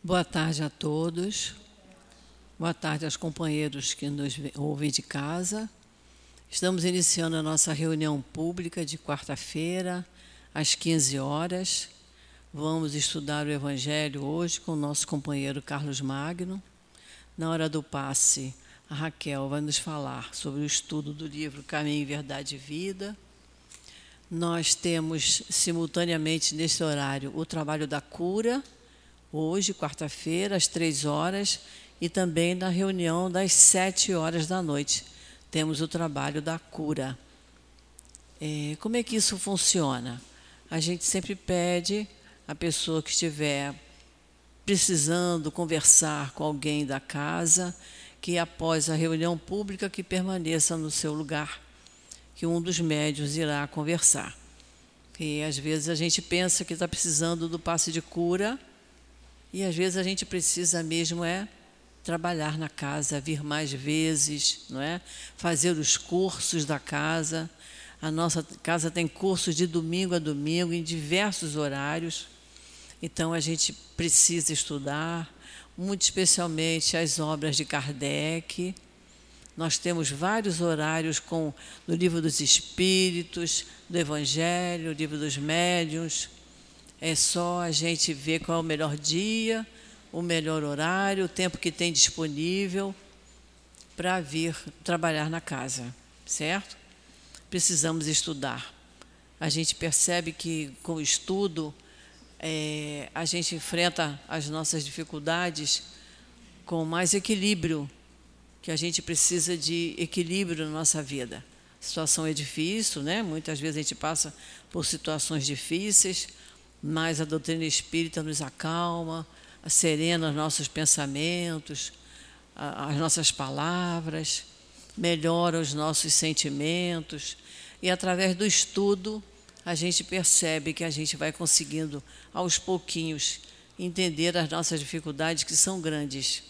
Boa tarde a todos. Boa tarde aos companheiros que nos ouvem de casa. Estamos iniciando a nossa reunião pública de quarta-feira, às 15 horas. Vamos estudar o Evangelho hoje com o nosso companheiro Carlos Magno. Na hora do passe, a Raquel vai nos falar sobre o estudo do livro Caminho, Verdade e Vida. Nós temos, simultaneamente, nesse horário, o trabalho da cura, hoje, quarta-feira, às 3 horas, e também na reunião das 7 horas da noite. Temos o trabalho da cura. Como é que isso funciona? A gente sempre pede a pessoa que estiver precisando conversar com alguém da casa, que após a reunião pública, que permaneça no seu lugar, que um dos médiuns irá conversar. E às vezes a gente pensa que está precisando do passe de cura, e às vezes a gente precisa mesmo trabalhar na casa, vir mais vezes, não é? Fazer os cursos da casa. A nossa casa tem cursos de domingo a domingo, em diversos horários. Então a gente precisa estudar, muito especialmente as obras de Kardec. Nós temos vários horários no Livro dos Espíritos, do Evangelho, Livro dos Médiuns. É só a gente ver qual é o melhor dia, o melhor horário, o tempo que tem disponível para vir trabalhar na casa, certo? Precisamos estudar. A gente percebe que, com o estudo, a gente enfrenta as nossas dificuldades com mais equilíbrio, que a gente precisa de equilíbrio na nossa vida. A situação é difícil, né? Muitas vezes a gente passa por situações difíceis, mas a doutrina espírita nos acalma, serena os nossos pensamentos, as nossas palavras, melhora os nossos sentimentos. E, através do estudo, a gente percebe que a gente vai conseguindo, aos pouquinhos, entender as nossas dificuldades, que são grandes.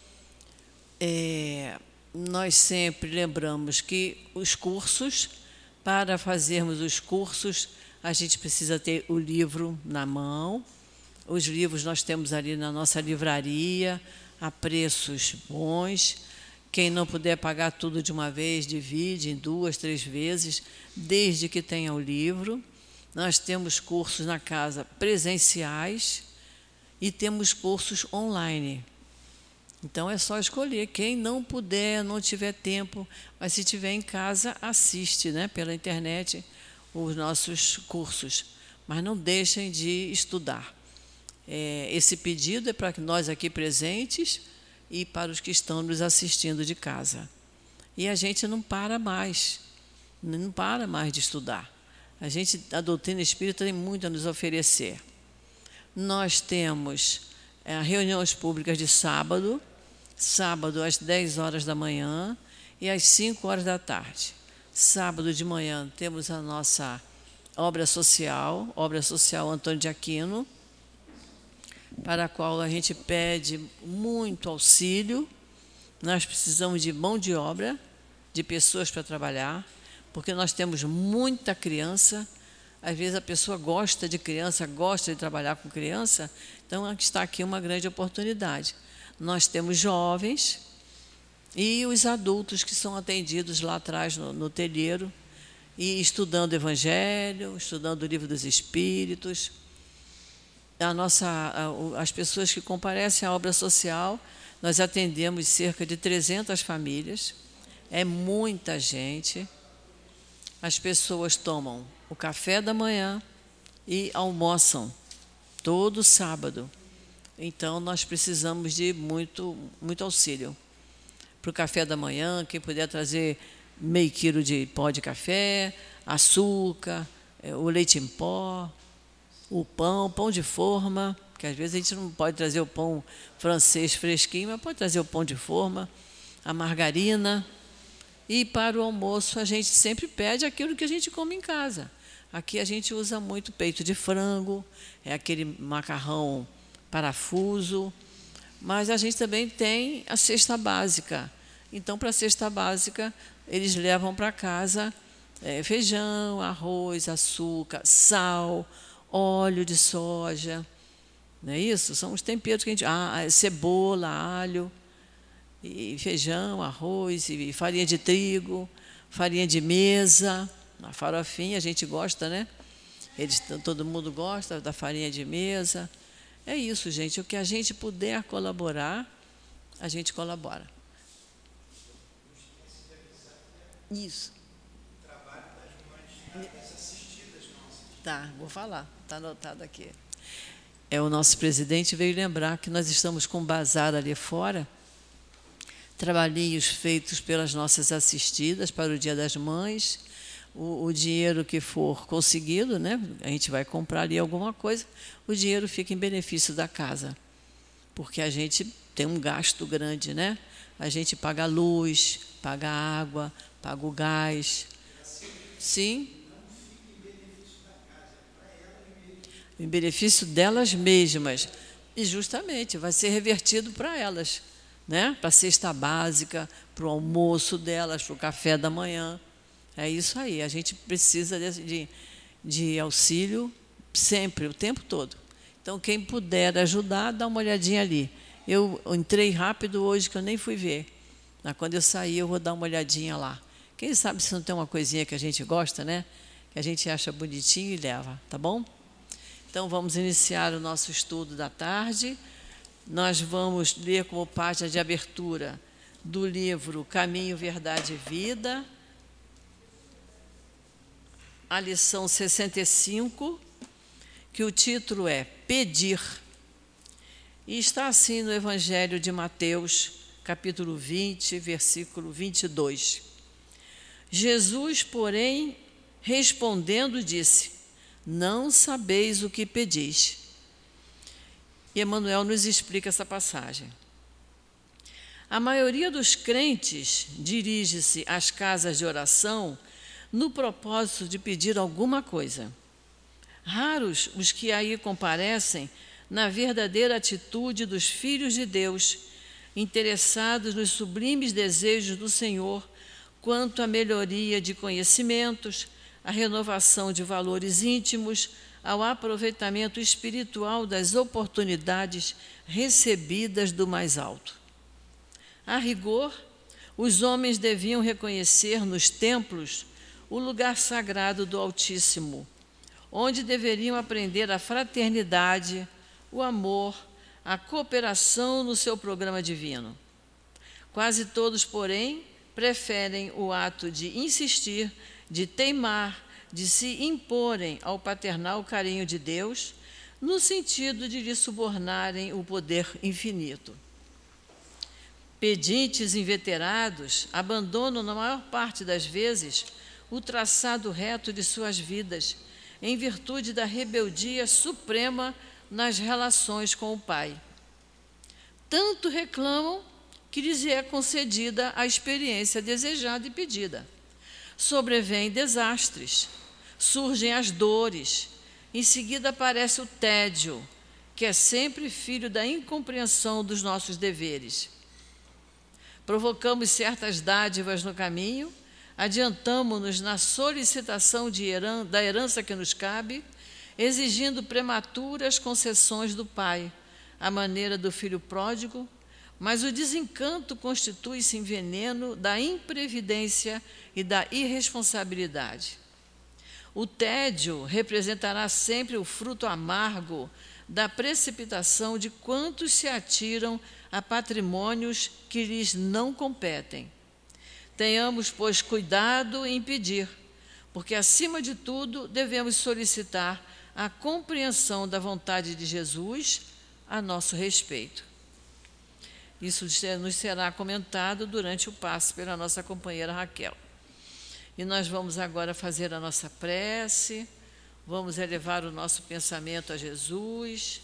Nós sempre lembramos que os cursos, para fazermos os cursos, a gente precisa ter o livro na mão. Os livros nós temos ali na nossa livraria, a preços bons. Quem não puder pagar tudo de uma vez, divide em 2, 3 vezes, desde que tenha o livro. Nós temos cursos na casa presenciais e temos cursos online. Então é só escolher. Quem não puder, não tiver tempo, mas se tiver em casa, assiste, né, pela internet os nossos cursos. Mas não deixem de estudar. Esse pedido é para nós aqui presentes e para os que estão nos assistindo de casa. E a gente não para mais de estudar. A doutrina espírita tem muito a nos oferecer. Nós temos reuniões públicas de sábado às 10 horas da manhã e às 5 horas da tarde. Sábado de manhã temos a nossa obra social Antônio de Aquino, para a qual a gente pede muito auxílio. Nós precisamos de mão de obra, de pessoas para trabalhar, porque nós temos muita criança. Às vezes a pessoa gosta de criança, gosta de trabalhar com criança, então está aqui uma grande oportunidade. Nós temos jovens e os adultos que são atendidos lá atrás no telheiro, e estudando o Evangelho, estudando o Livro dos Espíritos. As pessoas que comparecem à obra social, nós atendemos cerca de 300 famílias, é muita gente. As pessoas tomam o café da manhã e almoçam todo sábado. Então, nós precisamos de muito, muito auxílio. Para o café da manhã, quem puder trazer meio quilo de pó de café, açúcar, o leite em pó, o pão de forma, que às vezes a gente não pode trazer o pão francês fresquinho, mas pode trazer o pão de forma, a margarina. E para o almoço a gente sempre pede aquilo que a gente come em casa. Aqui a gente usa muito peito de frango, aquele macarrão parafuso, mas a gente também tem a cesta básica. Então, para a cesta básica, eles levam para casa feijão, arroz, açúcar, sal, óleo de soja, Não é isso? São os temperos que a gente... cebola, alho, e feijão, arroz, e farinha de trigo, farinha de mesa, a farofinha, a gente gosta, né? Todo mundo gosta da farinha de mesa. É isso, gente. O que a gente puder colaborar, a gente colabora. Isso. O trabalho das mães assistidas nossas. Tá, vou falar. Está anotado aqui. O nosso presidente veio lembrar que nós estamos com um bazar ali fora, trabalhinhos feitos pelas nossas assistidas para o Dia das Mães. O dinheiro que for conseguido, né, a gente vai comprar ali alguma coisa, o dinheiro fica em benefício da casa, porque a gente tem um gasto grande, né? A gente paga a luz, paga a água, paga o gás. Sim. Em benefício delas mesmas. E justamente vai ser revertido para elas, né? Para a cesta básica, para o almoço delas, para o café da manhã. É isso aí, a gente precisa de auxílio sempre, o tempo todo. Então, quem puder ajudar, dá uma olhadinha ali. Eu entrei rápido hoje, que eu nem fui ver. Mas quando eu sair, eu vou dar uma olhadinha lá. Quem sabe se não tem uma coisinha que a gente gosta, né? Que a gente acha bonitinho e leva, tá bom? Então, vamos iniciar o nosso estudo da tarde. Nós vamos ler como página de abertura do livro Caminho, Verdade e Vida, a lição 65, que o título é Pedir. E está assim no Evangelho de Mateus, capítulo 20, versículo 22. Jesus, porém, respondendo, disse: não sabeis o que pedis. E Emmanuel nos explica essa passagem. A maioria dos crentes dirige-se às casas de oração no propósito de pedir alguma coisa. Raros os que aí comparecem na verdadeira atitude dos filhos de Deus, interessados nos sublimes desejos do Senhor quanto à melhoria de conhecimentos, à renovação de valores íntimos, ao aproveitamento espiritual das oportunidades recebidas do mais alto. A rigor, os homens deviam reconhecer nos templos o lugar sagrado do Altíssimo, onde deveriam aprender a fraternidade, o amor, a cooperação no seu programa divino. Quase todos, porém, preferem o ato de insistir, de teimar, de se imporem ao paternal carinho de Deus, no sentido de lhe subornarem o poder infinito. Pedintes inveterados abandonam, na maior parte das vezes, o traçado reto de suas vidas, em virtude da rebeldia suprema nas relações com o Pai. Tanto reclamam que lhes é concedida a experiência desejada e pedida. Sobrevêm desastres, surgem as dores, em seguida aparece o tédio, que é sempre filho da incompreensão dos nossos deveres. Provocamos certas dádivas no caminho, adiantamo-nos na solicitação da herança que nos cabe, exigindo prematuras concessões do Pai, à maneira do filho pródigo, mas o desencanto constitui-se em veneno da imprevidência e da irresponsabilidade. O tédio representará sempre o fruto amargo da precipitação de quantos se atiram a patrimônios que lhes não competem. Tenhamos, pois, cuidado em pedir, porque, acima de tudo, devemos solicitar a compreensão da vontade de Jesus a nosso respeito. Isso nos será comentado durante o passe pela nossa companheira Raquel. E nós vamos agora fazer a nossa prece, vamos elevar o nosso pensamento a Jesus,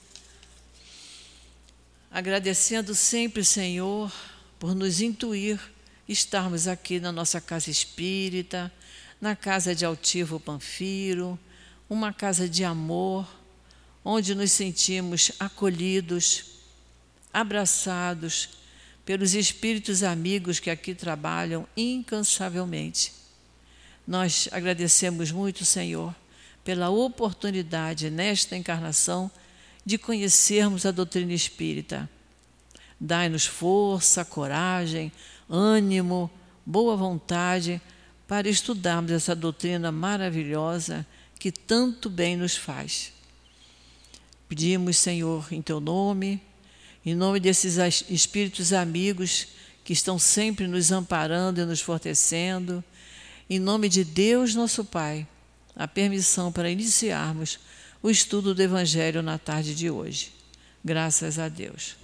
agradecendo sempre, Senhor, por nos intuir estarmos aqui na nossa casa espírita, na casa de Altivo Panfiro, uma casa de amor, onde nos sentimos acolhidos, abraçados pelos espíritos amigos que aqui trabalham incansavelmente. Nós agradecemos muito, Senhor, pela oportunidade nesta encarnação de conhecermos a doutrina espírita. Dai-nos força, coragem, ânimo, boa vontade para estudarmos essa doutrina maravilhosa que tanto bem nos faz. Pedimos, Senhor, em Teu nome, em nome desses espíritos amigos que estão sempre nos amparando e nos fortalecendo, em nome de Deus, nosso Pai, a permissão para iniciarmos o estudo do Evangelho na tarde de hoje. Graças a Deus.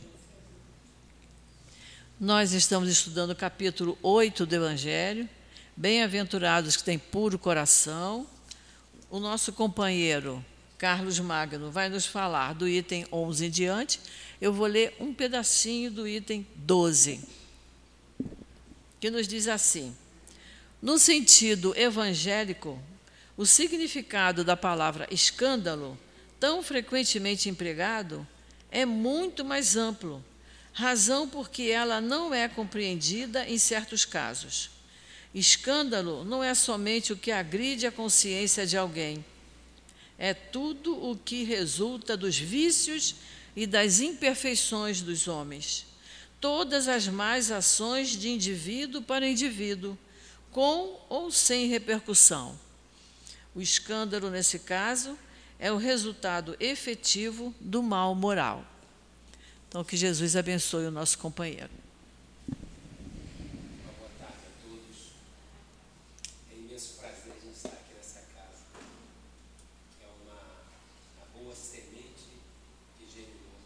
Nós estamos estudando o capítulo 8 do Evangelho, Bem-aventurados que têm puro coração. O nosso companheiro Carlos Magno vai nos falar do item 11 em diante. Eu vou ler um pedacinho do item 12, que nos diz assim: no sentido evangélico, o significado da palavra escândalo, tão frequentemente empregado, é muito mais amplo, razão porque ela não é compreendida em certos casos. Escândalo não é somente o que agride a consciência de alguém, é tudo o que resulta dos vícios e das imperfeições dos homens, todas as más ações de indivíduo para indivíduo, com ou sem repercussão. O escândalo, nesse caso, é o resultado efetivo do mal moral. Então, que Jesus abençoe o nosso companheiro. Boa tarde a todos. É um imenso prazer a gente estar aqui nessa casa. É uma boa semente que germinou.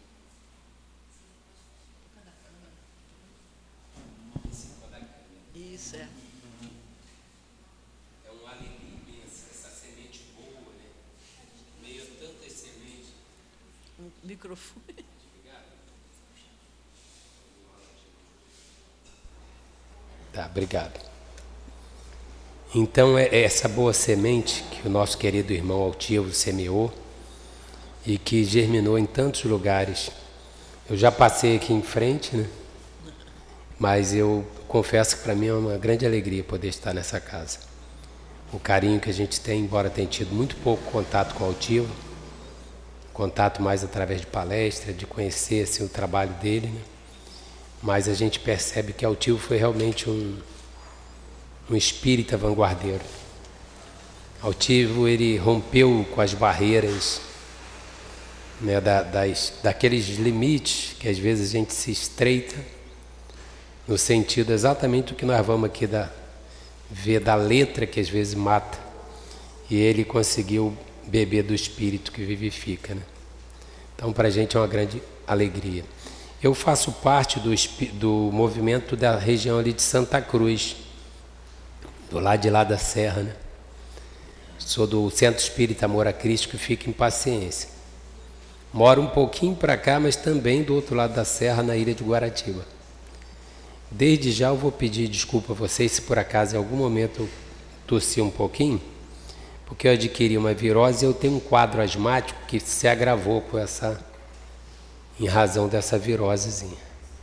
Isso é. É uma alegria imensa, essa semente boa, né? Meio a tantas sementes. Um microfone. Tá, obrigado. Então é essa boa semente que o nosso querido irmão Altivo semeou e que germinou em tantos lugares. Eu já passei aqui em frente, né? Mas eu confesso que para mim é uma grande alegria poder estar nessa casa. O carinho que a gente tem, embora tenha tido muito pouco contato com o Altivo, contato mais através de palestra, de conhecer assim, o trabalho dele, né? Mas a gente percebe que Altivo foi realmente um espírita vanguardeiro. Altivo, ele rompeu com as barreiras, né, daqueles limites que às vezes a gente se estreita, no sentido exatamente do que nós vamos aqui ver da letra que às vezes mata, e ele conseguiu beber do espírito que vivifica, né? Então, para a gente é uma grande alegria. Eu faço parte do movimento da região ali de Santa Cruz, do lado de lá da Serra, né? Sou do Centro Espírita Amor a Cristo, que fica em Paciência. Moro um pouquinho para cá, mas também do outro lado da Serra, na ilha de Guaratiba. Desde já eu vou pedir desculpa a vocês se por acaso em algum momento eu tossi um pouquinho, porque eu adquiri uma virose e eu tenho um quadro asmático que se agravou em razão dessa virosezinha.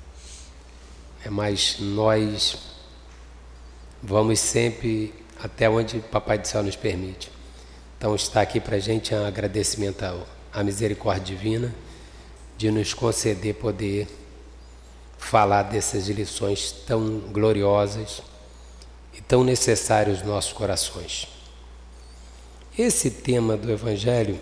Mas nós vamos sempre até onde o Papai do Céu nos permite. Então está aqui para a gente um agradecimento à misericórdia divina de nos conceder poder falar dessas lições tão gloriosas e tão necessárias aos nossos corações. Esse tema do Evangelho,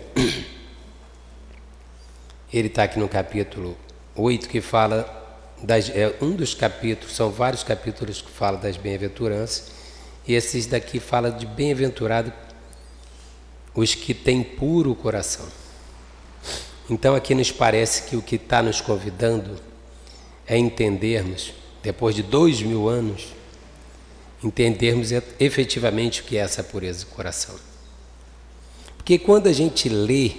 ele está aqui no capítulo 8, que fala, um dos capítulos, são vários capítulos que falam das bem-aventuranças, e esses daqui falam de bem-aventurado os que têm puro coração. Então aqui nos parece que o que está nos convidando é entendermos, depois de 2000 anos, entendermos efetivamente o que é essa pureza do coração. Porque quando a gente lê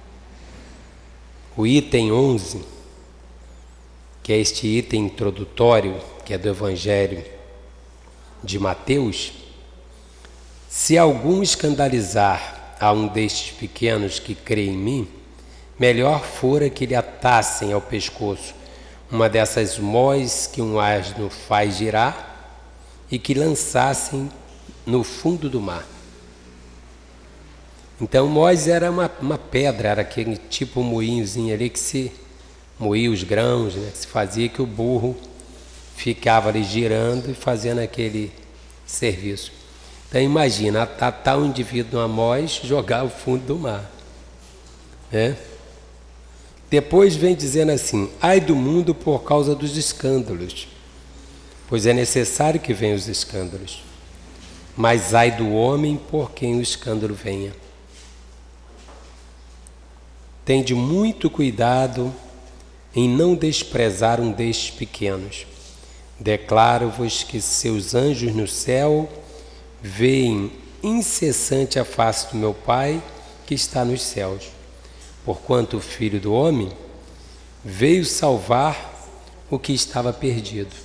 o item 11, que é este item introdutório, que é do Evangelho de Mateus, se algum escandalizar a um destes pequenos que crê em mim, melhor fora que lhe atassem ao pescoço uma dessas mós que um asno faz girar e que lançassem no fundo do mar. Então Moisés era uma pedra, era aquele tipo moinhozinho ali que se moía os grãos, né? Que se fazia, que o burro ficava ali girando e fazendo aquele serviço. Então imagina, atar um indivíduo no Amós, jogar ao fundo do mar, né? Depois vem dizendo assim: ai do mundo por causa dos escândalos, pois é necessário que venham os escândalos, mas ai do homem por quem o escândalo venha. Tende muito cuidado em não desprezar um destes pequenos. Declaro-vos que seus anjos no céu veem incessante a face do meu Pai que está nos céus. Porquanto o Filho do Homem veio salvar o que estava perdido.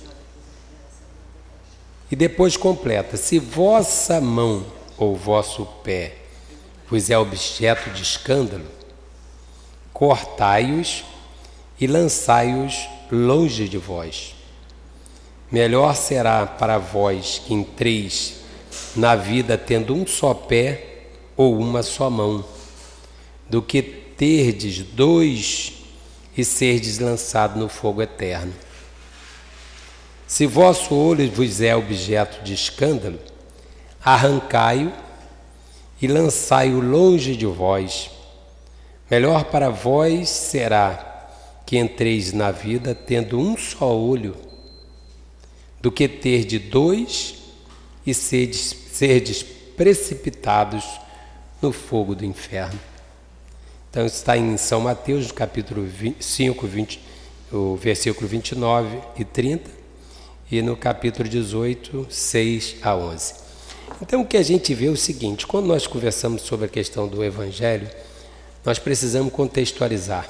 E depois completa: se vossa mão ou vosso pé vos é objeto de escândalo, cortai-os e lançai-os longe de vós. Melhor será para vós que entreis na vida tendo um só pé ou uma só mão, do que terdes dois e serdes lançado no fogo eterno. Se vosso olho vos é objeto de escândalo, arrancai-o e lançai-o longe de vós. Melhor para vós será que entreis na vida tendo um só olho, do que terdes dois e serdes precipitados no fogo do inferno. Então está em São Mateus, no capítulo 5, o versículo 29 e 30, e no capítulo 18, 6 a 11. Então o que a gente vê é o seguinte: quando nós conversamos sobre a questão do Evangelho, nós precisamos contextualizar.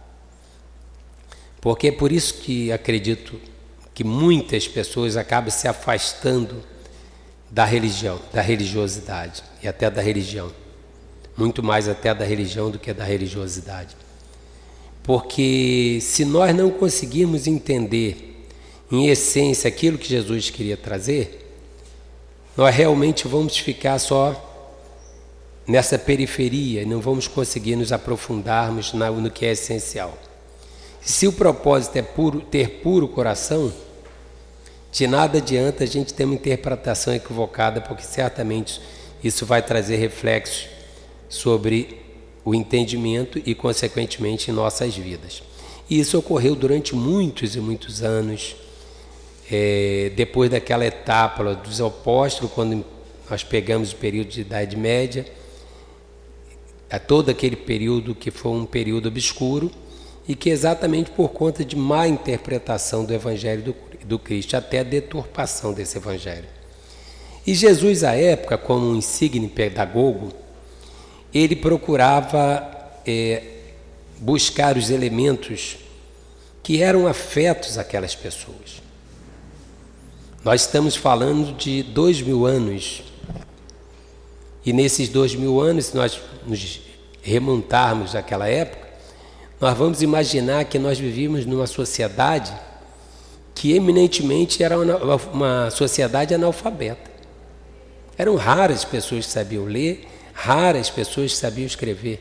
Porque é por isso que acredito que muitas pessoas acabam se afastando da religião, da religiosidade e até da religião. Muito mais até da religião do que da religiosidade. Porque se nós não conseguirmos entender em essência aquilo que Jesus queria trazer, nós realmente vamos ficar só nessa periferia e não vamos conseguir nos aprofundarmos no que é essencial. Se o propósito é ter puro coração, de nada adianta a gente ter uma interpretação equivocada, porque certamente isso vai trazer reflexos sobre o entendimento e, consequentemente, em nossas vidas. E isso ocorreu durante muitos e muitos anos, depois daquela etapa dos apóstolos, quando nós pegamos o período de Idade Média, a todo aquele período que foi um período obscuro, e que exatamente por conta de má interpretação do Evangelho do Cristo, até a deturpação desse Evangelho. E Jesus, à época, como um insigne pedagogo, ele procurava buscar os elementos que eram afetos àquelas pessoas. Nós estamos falando de 2000 anos, e nesses 2000 anos, se nós nos remontarmos àquela época, nós vamos imaginar que nós vivíamos numa sociedade que eminentemente era uma sociedade analfabeta. Eram raras pessoas que sabiam ler, raras pessoas que sabiam escrever.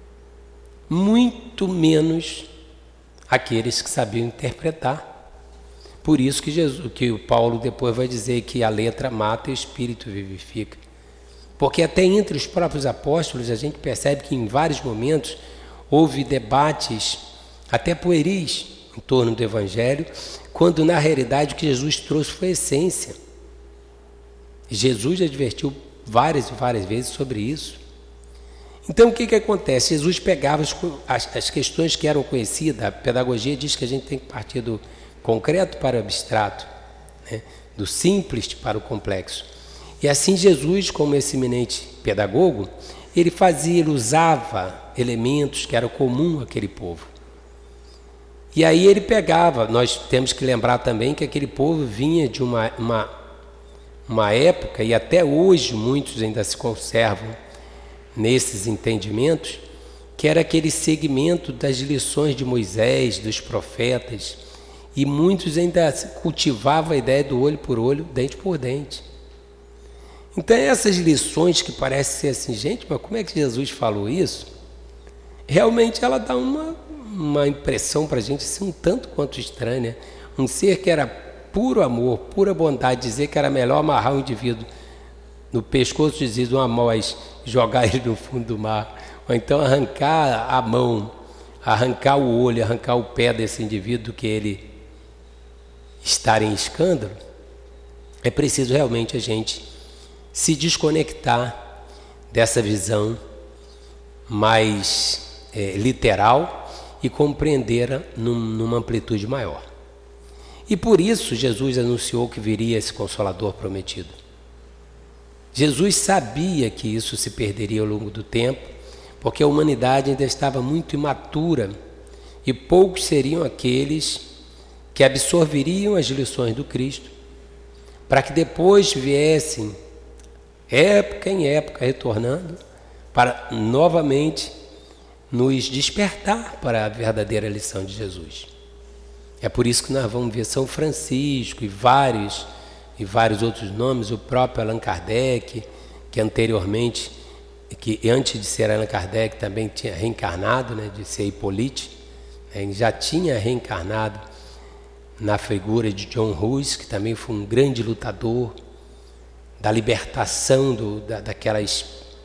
Muito menos aqueles que sabiam interpretar. Por isso que o Paulo depois vai dizer que a letra mata e o espírito vivifica. Porque até entre os próprios apóstolos a gente percebe que em vários momentos houve debates até pueris em torno do Evangelho, quando na realidade o que Jesus trouxe foi a essência. Jesus advertiu várias e várias vezes sobre isso. Então o que acontece? Jesus pegava as questões que eram conhecidas. A pedagogia diz que a gente tem que partir do concreto para o abstrato, né? Do simples para o complexo. E assim Jesus, como esse eminente pedagogo, ele usava elementos que eram comuns àquele povo. E aí ele pegava, nós temos que lembrar também que aquele povo vinha de uma época, e até hoje muitos ainda se conservam nesses entendimentos, que era aquele segmento das lições de Moisés, dos profetas, e muitos ainda cultivavam a ideia do olho por olho, dente por dente. Então essas lições que parecem ser assim, gente, mas como é que Jesus falou isso? Realmente ela dá uma impressão para a gente assim, um tanto quanto estranha, né? Um ser que era puro amor, pura bondade, dizer que era melhor amarrar o indivíduo no pescoço de uma Amós, jogar ele no fundo do mar, ou então arrancar a mão, arrancar o olho, arrancar o pé desse indivíduo do que ele estar em escândalo. É preciso realmente a gente se desconectar dessa visão mais literal e compreendê-la numa amplitude maior. E por isso Jesus anunciou que viria esse Consolador prometido. Jesus sabia que isso se perderia ao longo do tempo, porque a humanidade ainda estava muito imatura e poucos seriam aqueles que absorveriam as lições do Cristo, para que depois viessem, época em época, retornando, para novamente nos despertar para a verdadeira lição de Jesus. É por isso que nós vamos ver São Francisco e vários outros nomes, o próprio Allan Kardec, que anteriormente, que antes de ser Allan Kardec também tinha reencarnado, né, de ser Hippolyte, né, já tinha reencarnado na figura de John Hus, que também foi um grande lutador da libertação daquelas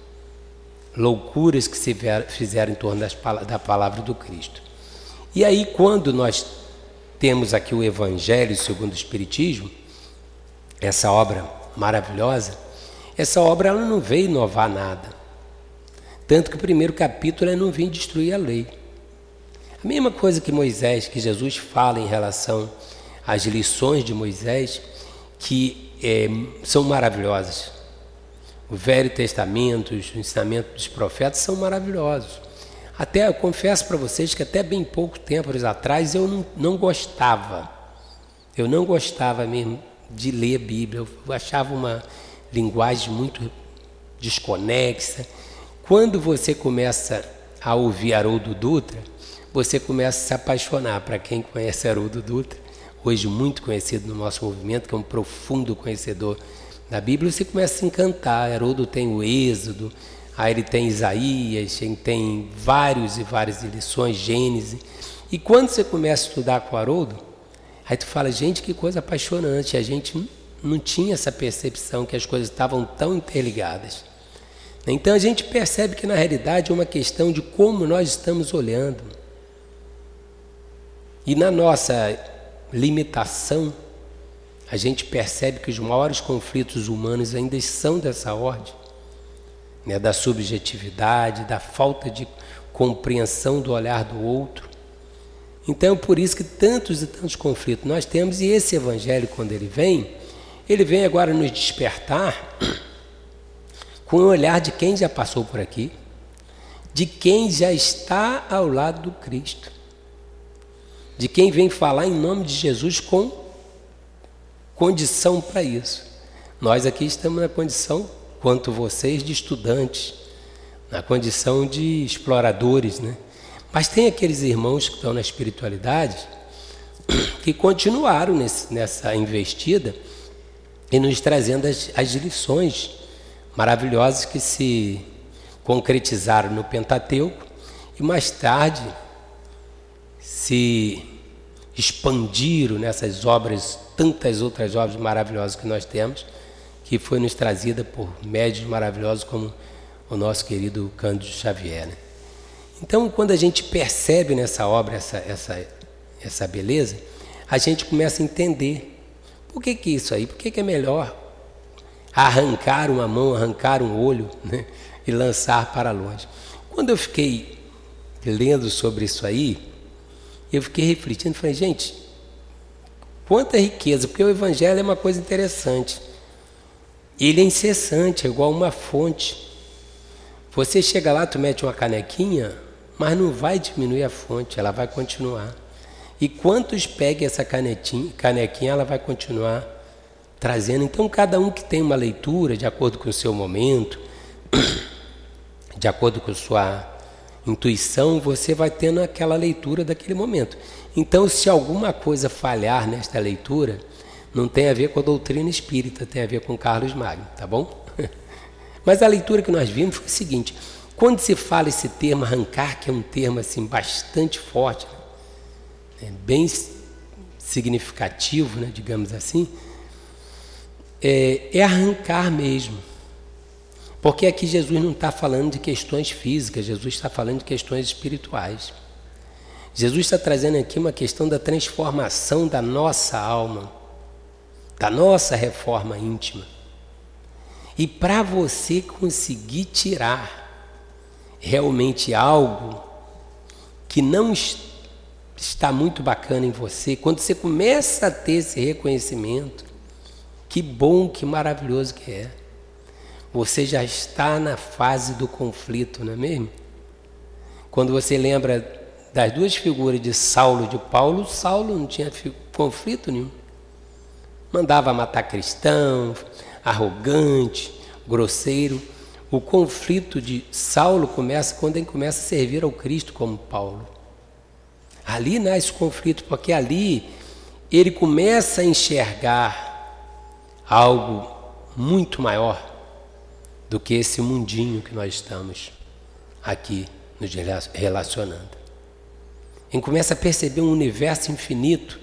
loucuras que se fizeram em torno da palavra do Cristo. E aí, quando nós temos aqui o Evangelho segundo o Espiritismo, essa obra maravilhosa, essa obra ela não veio inovar nada. Tanto que o primeiro capítulo ela não veio destruir a lei. A mesma coisa que Moisés, que Jesus fala em relação às lições de Moisés, que são maravilhosas. O Velho Testamento, os ensinamentos dos profetas são maravilhosos. Até eu confesso para vocês que até bem pouco tempo atrás eu não gostava. Eu não gostava mesmo de ler a Bíblia. Eu achava uma linguagem muito desconexa. Quando você começa a ouvir Haroldo Dutra, você começa a se apaixonar. Para quem conhece Haroldo Dutra, hoje muito conhecido no nosso movimento, que é um profundo conhecedor da Bíblia, você começa a se encantar. Haroldo tem o Êxodo, aí ele tem Isaías, ele tem várias lições, Gênesis. E quando você começa a estudar com o Haroldo, aí tu fala, gente, que coisa apaixonante. A gente não tinha essa percepção que as coisas estavam tão interligadas. Então a gente percebe que na realidade é uma questão de como nós estamos olhando. E na nossa limitação, a gente percebe que os maiores conflitos humanos ainda são dessa ordem, né? Da subjetividade, da falta de compreensão do olhar do outro. Então, por isso que tantos e tantos conflitos nós temos, e esse Evangelho, quando ele vem agora nos despertar com o olhar de quem já passou por aqui, de quem já está ao lado do Cristo, de quem vem falar em nome de Jesus com condição para isso. Nós aqui estamos na condição, quanto vocês, de estudantes, na condição de exploradores, né? Mas tem aqueles irmãos que estão na espiritualidade que continuaram nessa investida e nos trazendo as lições maravilhosas que se concretizaram no Pentateuco e mais tarde se expandiram nessas obras, tantas outras obras maravilhosas que nós temos, que foi nos trazida por médiuns maravilhosos como o nosso querido Cândido Xavier, né? Então, quando a gente percebe nessa obra essa beleza, a gente começa a entender por que isso aí, por que é melhor arrancar uma mão, arrancar um olho, né, e lançar para longe. Quando eu fiquei lendo sobre isso aí, eu fiquei refletindo, falei, gente, quanta riqueza, porque o Evangelho é uma coisa interessante. Ele é incessante, é igual uma fonte. Você chega lá, tu mete uma canequinha, mas não vai diminuir a fonte, ela vai continuar. E quantos peguem essa canequinha, ela vai continuar trazendo. Então, cada um que tem uma leitura, de acordo com o seu momento, de acordo com a sua intuição, você vai tendo aquela leitura daquele momento. Então, se alguma coisa falhar nesta leitura, não tem a ver com a doutrina espírita, tem a ver com Carlos Magno, tá bom? Mas a leitura que nós vimos foi o seguinte: quando se fala esse termo arrancar, que é um termo assim bastante forte, né, bem significativo, né, digamos assim, é arrancar mesmo. Porque aqui Jesus não está falando de questões físicas, Jesus está falando de questões espirituais. Jesus está trazendo aqui uma questão da transformação da nossa alma, da nossa reforma íntima. E para você conseguir tirar realmente algo que não está muito bacana em você, quando você começa a ter esse reconhecimento, que bom, que maravilhoso que é. Você já está na fase do conflito, não é mesmo? Quando você lembra das duas figuras de Saulo e de Paulo, Saulo não tinha conflito nenhum. Mandava matar cristão, arrogante, grosseiro. O conflito de Saulo começa quando ele começa a servir ao Cristo como Paulo. Ali nasce o conflito, porque ali ele começa a enxergar algo muito maior do que esse mundinho que nós estamos aqui nos relacionando. Ele começa a perceber um universo infinito.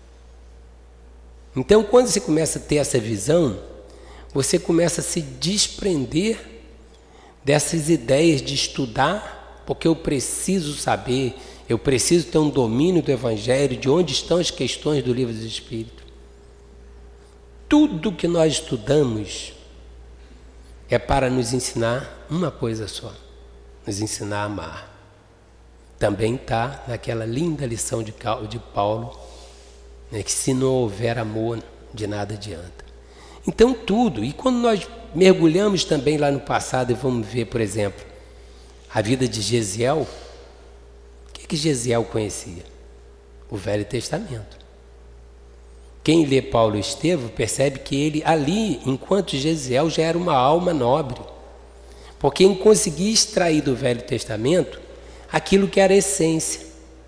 Então, quando você começa a ter essa visão, você começa a se desprender dessas ideias de estudar, porque eu preciso saber, eu preciso ter um domínio do Evangelho, de onde estão as questões do Livro dos Espíritos. Tudo que nós estudamos é para nos ensinar uma coisa só, nos ensinar a amar. Também está naquela linda lição de Paulo, né, que se não houver amor, de nada adianta. Então tudo, e quando nós mergulhamos também lá no passado e vamos ver, por exemplo, a vida de Gesiel, o que Gesiel conhecia? O Velho Testamento. Quem lê Paulo e Estevão percebe que ele ali, enquanto Gesiel, já era uma alma nobre, porque ele conseguia extrair do Velho Testamento aquilo que era a essência.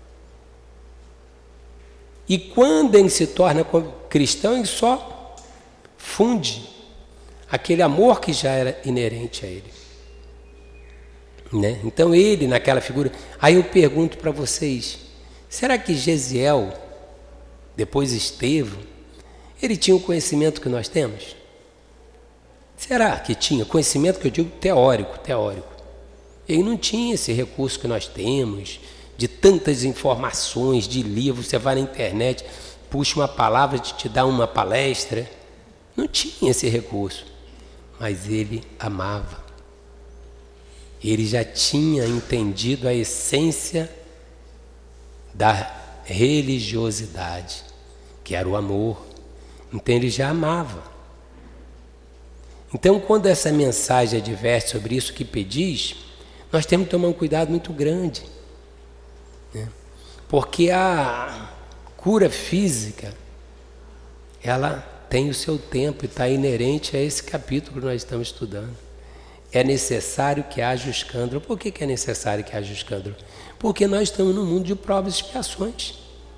E quando ele se torna cristão, ele só funde aquele amor que já era inerente a ele, né? Então ele, naquela figura... Aí eu pergunto para vocês, será que Gesiel, depois Estevão, ele tinha o conhecimento que nós temos? Será que tinha? Conhecimento que eu digo teórico. Ele não tinha esse recurso que nós temos, de tantas informações, de livros. Você vai na internet, puxa uma palavra, te dá uma palestra. Não tinha esse recurso, mas ele amava. Ele já tinha entendido a essência da religiosidade, que era o amor. Então ele já amava. Então, quando essa mensagem adverte sobre isso que pedis, nós temos que tomar um cuidado muito grande, né? Porque a cura física, ela tem o seu tempo e está inerente a esse capítulo que nós estamos estudando. É necessário que haja o escândalo. Por que é necessário que haja o escândalo? Porque nós estamos num mundo de provas e expiações.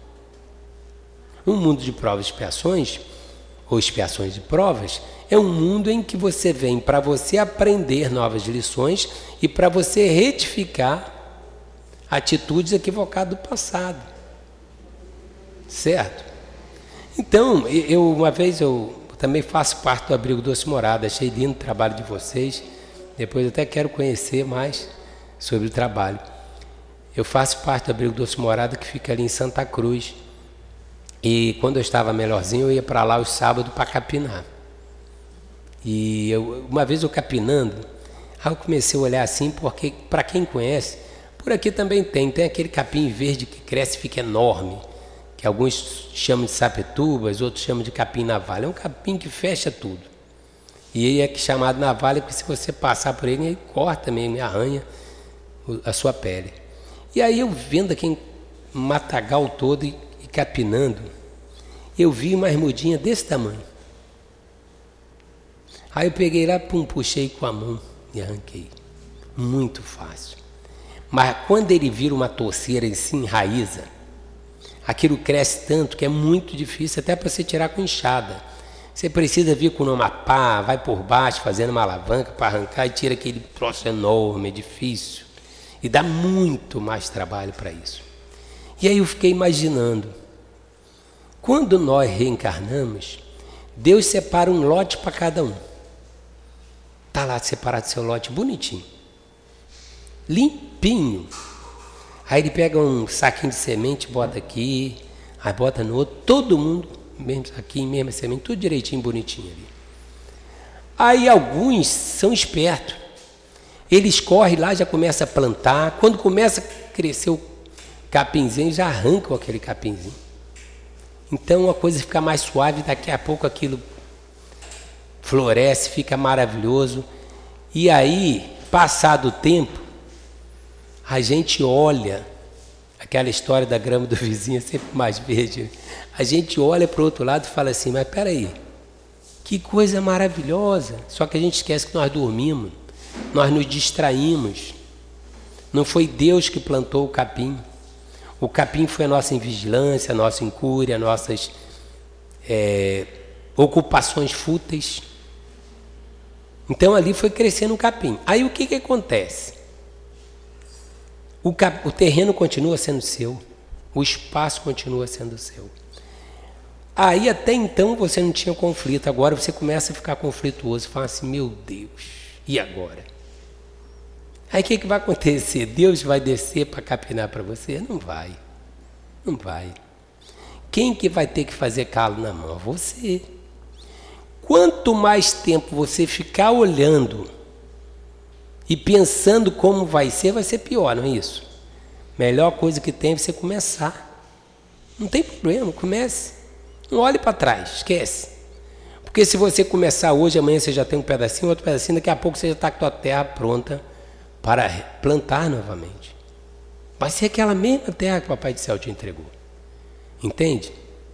Um mundo de provas e expiações, ou expiações de provas, é um mundo em que você vem para você aprender novas lições e para você retificar atitudes equivocadas do passado. Certo? Então, uma vez eu também faço parte do Abrigo Doce Morada, achei lindo o trabalho de vocês, depois eu até quero conhecer mais sobre o trabalho. Eu faço parte do Abrigo Doce Morada, que fica ali em Santa Cruz, e quando eu estava melhorzinho eu ia para lá os sábados para capinar. E uma vez eu capinando, aí eu comecei a olhar assim, porque para quem conhece, por aqui também tem aquele capim verde que cresce e fica enorme, que alguns chamam de sapetubas, outros chamam de capim navalha. É um capim que fecha tudo. E ele é chamado navalha porque se você passar por ele, ele corta mesmo, arranha a sua pele. E aí eu vendo aquele matagal todo e capinando, eu vi uma armudinha desse tamanho. Aí eu peguei lá, puxei com a mão e arranquei. Muito fácil. Mas quando ele vira uma torceira e se enraiza, aquilo cresce tanto que é muito difícil até para você tirar com enxada. Você precisa vir com uma pá, vai por baixo fazendo uma alavanca para arrancar e tira aquele troço enorme, difícil. E dá muito mais trabalho para isso. E aí eu fiquei imaginando, quando nós reencarnamos, Deus separa um lote para cada um. Está lá separado seu lote bonitinho, limpinho. Aí ele pega um saquinho de semente, bota aqui, aí bota no outro, todo mundo, mesmo saquinho, mesma semente, tudo direitinho, bonitinho ali. Aí alguns são espertos, eles correm lá, já começam a plantar, quando começa a crescer o capinzinho, já arrancam aquele capinzinho. Então a coisa fica mais suave, daqui a pouco aquilo floresce, fica maravilhoso. E aí, passado o tempo, a gente olha, aquela história da grama do vizinho é sempre mais verde, a gente olha para o outro lado e fala assim, mas peraí, que coisa maravilhosa, só que a gente esquece que nós dormimos, nós nos distraímos, não foi Deus que plantou o capim foi a nossa invigilância, a nossa incúria, nossas ocupações fúteis. Então ali foi crescendo o capim. Aí o que acontece? O terreno continua sendo seu, o espaço continua sendo seu. Aí até então você não tinha conflito, agora você começa a ficar conflituoso, fala assim, meu Deus, e agora? Aí o que vai acontecer? Deus vai descer para capinar para você? Não vai, não vai. Quem que vai ter que fazer calo na mão? Você. Quanto mais tempo você ficar olhando e pensando como vai ser pior, não é isso? Melhor coisa que tem é você começar. Não tem problema, comece. Não olhe para trás, esquece. Porque se você começar hoje, amanhã você já tem um pedacinho, outro pedacinho, daqui a pouco você já está com a terra pronta para plantar novamente. Vai ser aquela mesma terra que o Papai do Céu te entregou. Entende?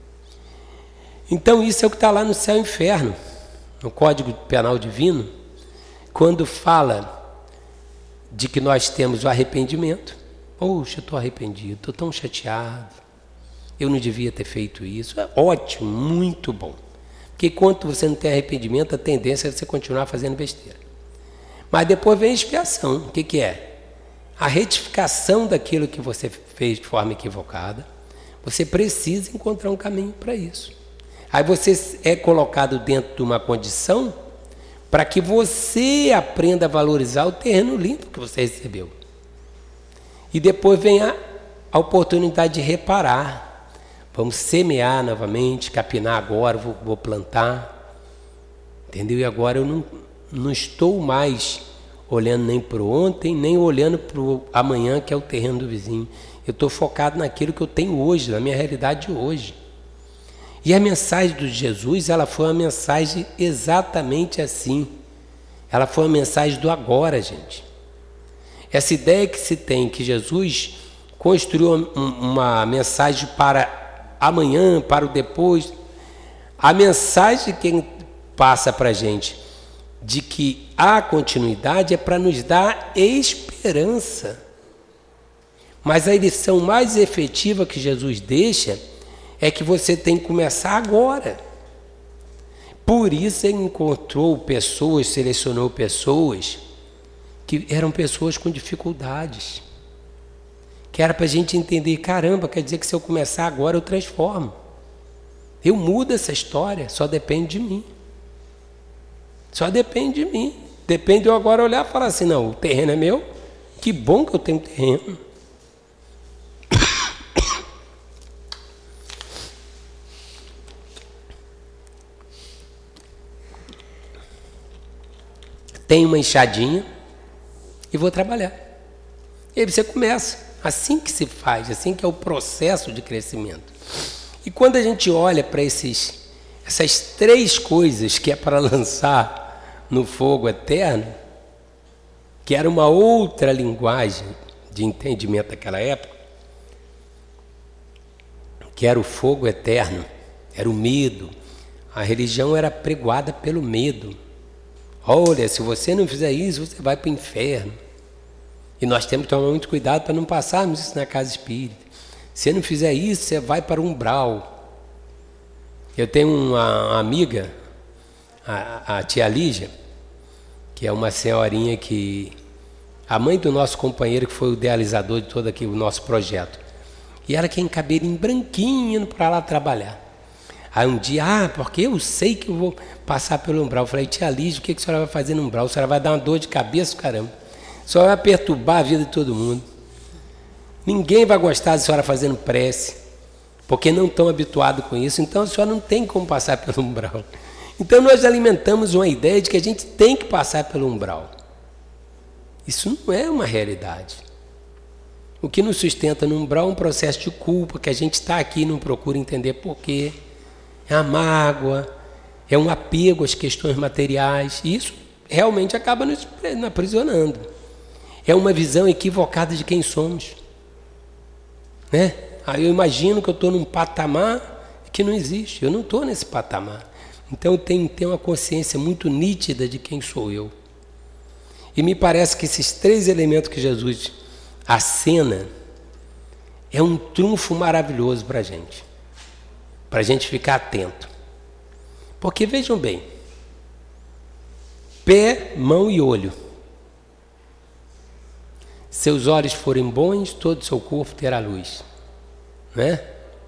Então isso é o que está lá no céu e inferno, no Código Penal Divino, quando fala de que nós temos o arrependimento. Poxa, eu estou arrependido, estou tão chateado, eu não devia ter feito isso. É ótimo, muito bom. Porque quando você não tem arrependimento, a tendência é você continuar fazendo besteira. Mas depois vem a expiação. O que é? A retificação daquilo que você fez de forma equivocada. Você precisa encontrar um caminho para isso. Aí você é colocado dentro de uma condição para que você aprenda a valorizar o terreno limpo que você recebeu. E depois vem a oportunidade de reparar. Vamos semear novamente, capinar agora, vou plantar. Entendeu? E agora eu não estou mais olhando nem para o ontem, nem olhando para o amanhã, que é o terreno do vizinho. Eu estou focado naquilo que eu tenho hoje, na minha realidade de hoje. E a mensagem de Jesus, ela foi uma mensagem exatamente assim. Ela foi uma mensagem do agora, gente. Essa ideia que se tem, que Jesus construiu uma mensagem para amanhã, para o depois. A mensagem que passa para a gente de que há continuidade é para nos dar esperança. Mas a lição mais efetiva que Jesus deixa é que você tem que começar agora. Por isso ele encontrou pessoas, selecionou pessoas que eram pessoas com dificuldades. Que era para a gente entender, caramba, quer dizer que se eu começar agora eu transformo. Eu mudo essa história, só depende de mim. Só depende de mim. Depende de eu agora olhar e falar assim, não, o terreno é meu, que bom que eu tenho terreno. Tenho uma enxadinha e vou trabalhar. E aí você começa. Assim que se faz, assim que é o processo de crescimento. E quando a gente olha para essas três coisas que é para lançar no fogo eterno, que era uma outra linguagem de entendimento daquela época, que era o fogo eterno, era o medo. A religião era pregoada pelo medo. Olha, se você não fizer isso, você vai para o inferno. E nós temos que tomar muito cuidado para não passarmos isso na casa espírita. Se não fizer isso, você vai para o umbral. Eu tenho uma amiga, a tia Lígia, que é uma senhorinha que... A mãe do nosso companheiro, que foi o idealizador de todo aqui, o nosso projeto. E ela tinha cabelinho branquinho, indo para lá trabalhar. Aí um dia, porque eu sei que eu vou passar pelo umbral. Eu falei, tia Lígia, o que a senhora vai fazer no umbral? A senhora vai dar uma dor de cabeça, caramba. A senhora vai perturbar a vida de todo mundo. Ninguém vai gostar da senhora fazendo prece, porque não estão habituados com isso. Então a senhora não tem como passar pelo umbral. Então nós alimentamos uma ideia de que a gente tem que passar pelo umbral. Isso não é uma realidade. O que nos sustenta no umbral é um processo de culpa, que a gente está aqui e não procura entender por quê. É a mágoa, é um apego às questões materiais. E isso realmente acaba nos aprisionando. É uma visão equivocada de quem somos. Né? Aí eu imagino que eu estou num patamar que não existe. Eu não estou nesse patamar. Então eu tenho que ter uma consciência muito nítida de quem sou eu. E me parece que esses 3 elementos que Jesus acena é um trunfo maravilhoso para a gente ficar atento. Porque vejam bem, pé, mão e olho. Seus olhos forem bons, todo o seu corpo terá luz. Não é?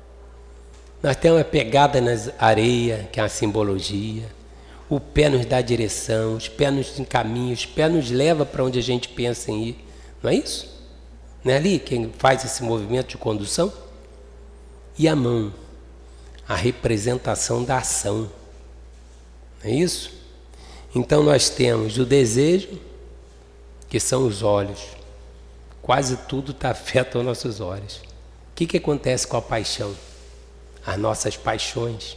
Nós temos uma pegada na areia, que é uma simbologia. O pé nos dá direção, os pés nos encaminham, os pés nos levam para onde a gente pensa em ir. Não é isso? Não é ali quem faz esse movimento de condução? E a mão, a representação da ação. Não é isso? Então nós temos o desejo, que são os olhos. Quase tudo está afeto aos nossos olhos. O que acontece com a paixão? As nossas paixões.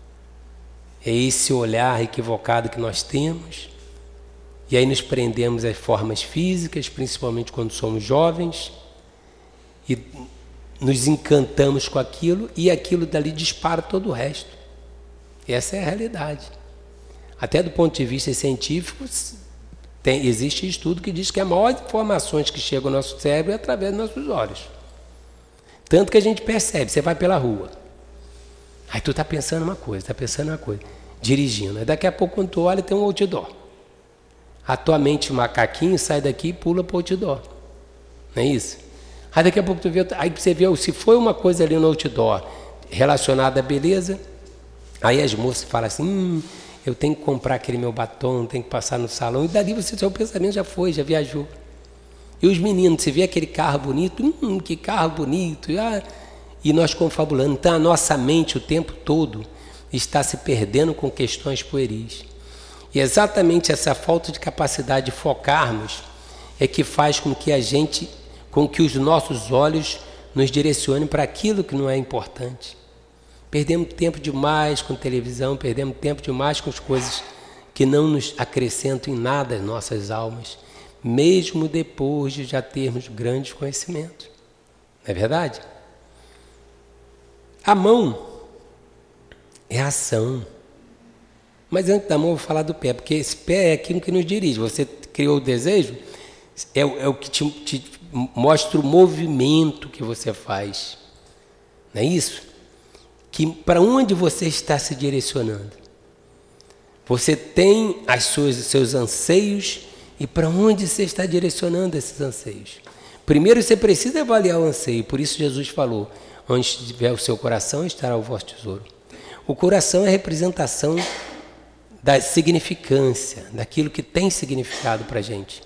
É esse olhar equivocado que nós temos, e aí nos prendemos às formas físicas, principalmente quando somos jovens, e nos encantamos com aquilo, e aquilo dali dispara todo o resto. Essa é a realidade. Até do ponto de vista científico, existe estudo que diz que as maiores informações que chegam ao nosso cérebro é através dos nossos olhos. Tanto que a gente percebe, você vai pela rua, aí tu está pensando uma coisa, dirigindo. Aí daqui a pouco, quando tu olha, tem um outdoor. A tua mente macaquinho sai daqui e pula para o outdoor. Não é isso? Aí daqui a pouco tu vê, aí você vê, se foi uma coisa ali no outdoor relacionada à beleza, aí as moças falam assim, eu tenho que comprar aquele meu batom, tenho que passar no salão, e dali seu pensamento já foi, já viajou. E os meninos, você vê aquele carro bonito, que carro bonito, e nós confabulando. Então a nossa mente o tempo todo está se perdendo com questões pueris. E exatamente essa falta de capacidade de focarmos é que faz com que os nossos olhos nos direcionem para aquilo que não é importante. Perdemos tempo demais com televisão, perdemos tempo demais com as coisas que não nos acrescentam em nada as nossas almas, mesmo depois de já termos grandes conhecimentos. Não é verdade? A mão é a ação. Mas antes da mão eu vou falar do pé, porque esse pé é aquilo que nos dirige. Você criou o desejo, é o que te mostra o movimento que você faz. Não é isso? Que para onde você está se direcionando? Você tem os seus anseios, e para onde você está direcionando esses anseios? Primeiro você precisa avaliar o anseio, por isso Jesus falou, onde estiver o seu coração, estará o vosso tesouro. O coração é a representação da significância, daquilo que tem significado para a gente.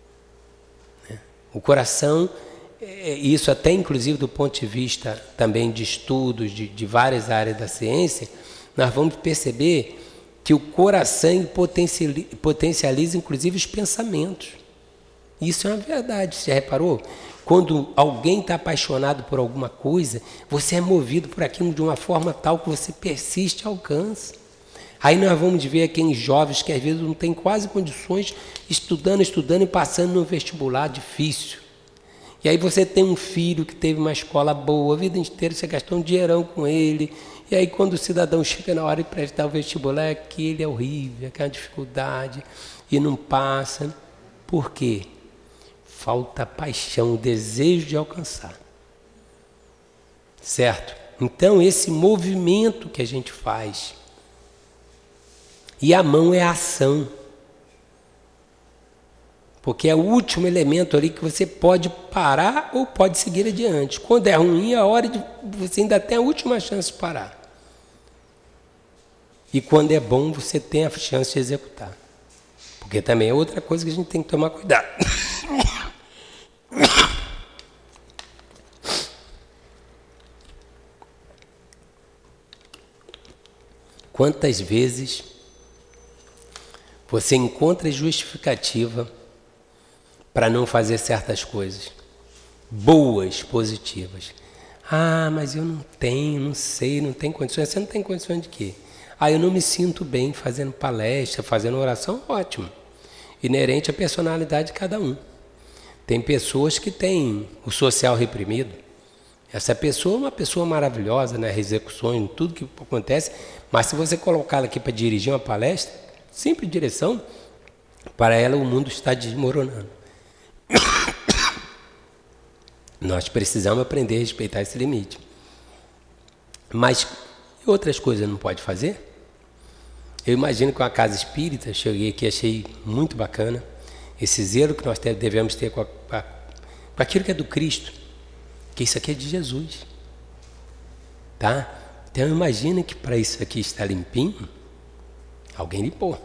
O coração, isso até inclusive do ponto de vista também de estudos de várias áreas da ciência, nós vamos perceber que o coração potencializa inclusive os pensamentos. Isso é uma verdade, você já reparou? Quando alguém está apaixonado por alguma coisa, você é movido por aquilo de uma forma tal que você persiste e alcança. Aí nós vamos ver aqueles jovens que às vezes não têm quase condições, estudando e passando no vestibular difícil. E aí você tem um filho que teve uma escola boa, a vida inteira você gastou um dinheirão com ele, e aí quando o cidadão chega na hora de prestar o vestibular, aquele é horrível, aquela dificuldade, e não passa. Por quê? Falta paixão, o desejo de alcançar. Certo? Então esse movimento que a gente faz, E a mão é a ação. Porque é o último elemento ali que você pode parar ou pode seguir adiante. Quando é ruim, é a hora de você ainda tem a última chance de parar. E quando é bom, você tem a chance de executar. Porque também é outra coisa que a gente tem que tomar cuidado. Quantas vezes você encontra justificativa para não fazer certas coisas? Boas, positivas. Ah, mas eu não tenho, não sei, não tenho condições. Você não tem condições de quê? Ah, eu não me sinto bem fazendo palestra, fazendo oração. Ótimo. Inerente à personalidade de cada um. Tem pessoas que têm o social reprimido. Essa pessoa é uma pessoa maravilhosa, né? Execuções, tudo que acontece, mas se você colocá-la aqui para dirigir uma palestra, simples direção, para ela o mundo está desmoronando. Nós precisamos aprender a respeitar esse limite. Mas outras coisas não pode fazer? Eu imagino que com a casa espírita, cheguei aqui, achei muito bacana esse zelo que nós devemos ter com aquilo que é do Cristo, que isso aqui é de Jesus, tá? Então imagina que para isso aqui estar limpinho, alguém limpou.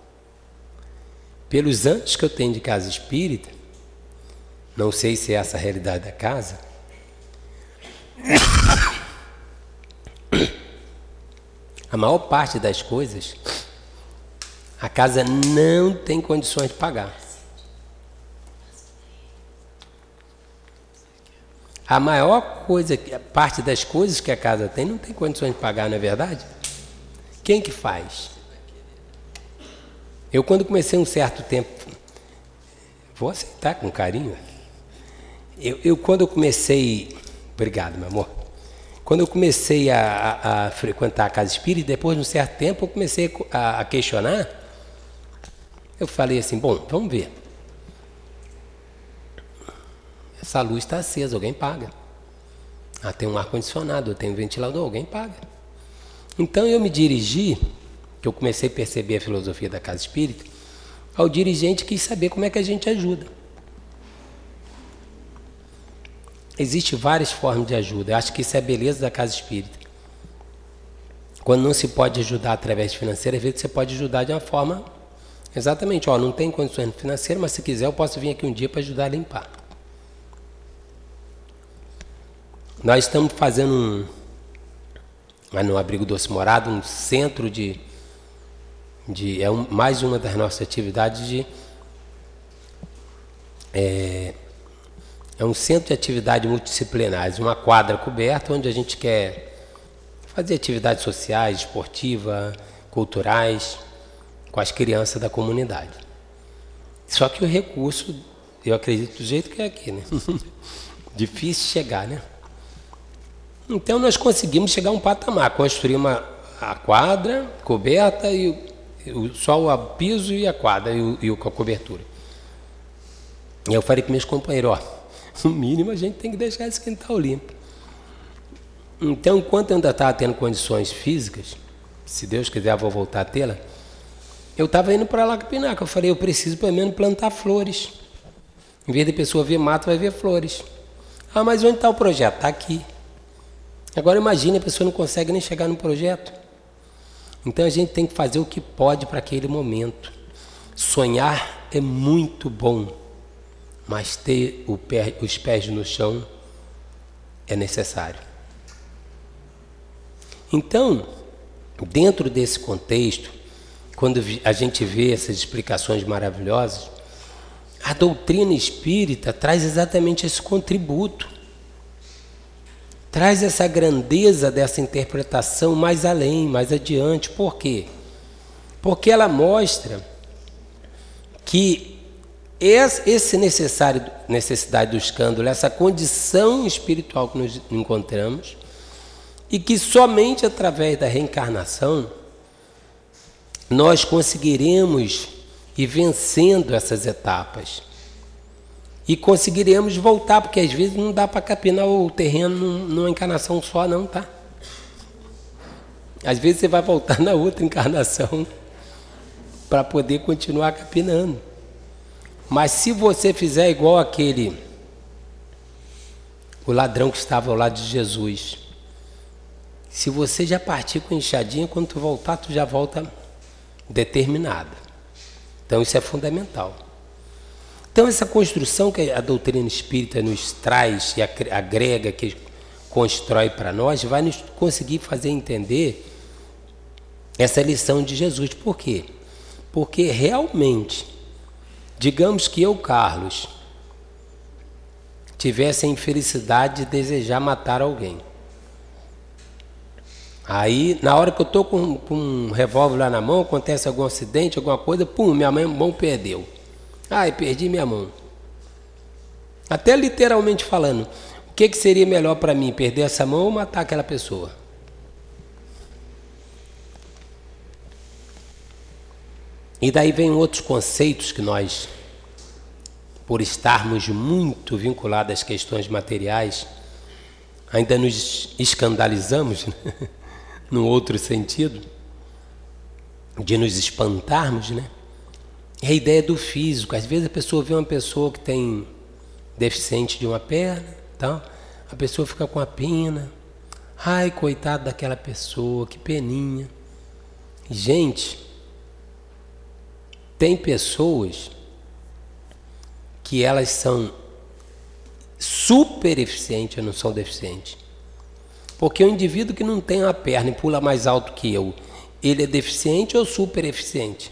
Pelos anos que eu tenho de casa espírita, não sei se é essa a realidade da casa, a maior parte das coisas, a casa não tem condições de pagar. A maior coisa, a parte das coisas que a casa tem, não tem condições de pagar, não é verdade? Quem que faz? Eu, quando comecei um certo tempo, vou aceitar com carinho, quando eu comecei, obrigado, meu amor, quando eu comecei a frequentar a casa espírita, depois de um certo tempo, eu comecei a questionar, eu falei assim, bom, vamos ver. Essa luz está acesa, alguém paga. Ah, tem um ar-condicionado, tem um ventilador, alguém paga. Então eu me dirigi, que eu comecei a perceber a filosofia da casa espírita, ao dirigente que quis saber como é que a gente ajuda. Existem várias formas de ajuda, eu acho que isso é a beleza da casa espírita. Quando não se pode ajudar através financeira, às vezes você pode ajudar de uma forma, exatamente, não tem condições financeiras, mas se quiser eu posso vir aqui um dia para ajudar a limpar. Nós estamos fazendo no Abrigo Doce Morada, um centro mais uma das nossas atividades é um centro de atividades multidisciplinares, uma quadra coberta onde a gente quer fazer atividades sociais, esportivas, culturais, com as crianças da comunidade. Só que o recurso, eu acredito do jeito que é aqui, né? Difícil chegar, né? Então nós conseguimos chegar a um patamar, construir a quadra coberta e só o piso e a quadra e a cobertura. E eu falei com meus companheiros, no mínimo a gente tem que deixar esse quintal limpo. Então, enquanto eu ainda estava tendo condições físicas, se Deus quiser eu vou voltar a tê-la, eu estava indo para lá capinar, que eu falei, eu preciso pelo menos plantar flores. Em vez de a pessoa ver mato, vai ver flores. Ah, mas onde está o projeto? Está aqui. Agora imagine, a pessoa não consegue nem chegar no projeto. Então a gente tem que fazer o que pode para aquele momento. Sonhar é muito bom, mas ter os pés no chão é necessário. Então, dentro desse contexto, quando a gente vê essas explicações maravilhosas, a doutrina espírita traz exatamente esse contributo. Traz essa grandeza dessa interpretação mais além, mais adiante. Por quê? Porque ela mostra que essa necessidade do escândalo, essa condição espiritual que nos encontramos, e que somente através da reencarnação nós conseguiremos ir vencendo essas etapas. E conseguiremos voltar, porque às vezes não dá para capinar o terreno numa encarnação só não, tá? Às vezes você vai voltar na outra encarnação para poder continuar capinando. Mas se você fizer igual o ladrão que estava ao lado de Jesus, se você já partir com a enxadinha, quando tu voltar, tu já volta determinado. Então isso é fundamental. Então essa construção que a doutrina espírita nos traz e agrega, que constrói para nós, vai nos conseguir fazer entender essa lição de Jesus. Por quê? Porque realmente, digamos que eu, Carlos, tivesse a infelicidade de desejar matar alguém. Aí, na hora que eu estou com um revólver lá na mão, acontece algum acidente, alguma coisa, pum, minha mão perdeu. Ai, perdi minha mão. Até literalmente falando, o que seria melhor para mim, perder essa mão ou matar aquela pessoa? E daí vem outros conceitos que nós, por estarmos muito vinculados às questões materiais, ainda nos escandalizamos, né? Num outro sentido, de nos espantarmos, né? É a ideia do físico. Às vezes a pessoa vê uma pessoa que tem deficiente de uma perna, então, a pessoa fica com a pena. Ai, coitado daquela pessoa, que peninha. Gente, tem pessoas que elas são super eficientes e não são deficientes. Porque o indivíduo que não tem uma perna e pula mais alto que eu, ele é deficiente ou super eficiente?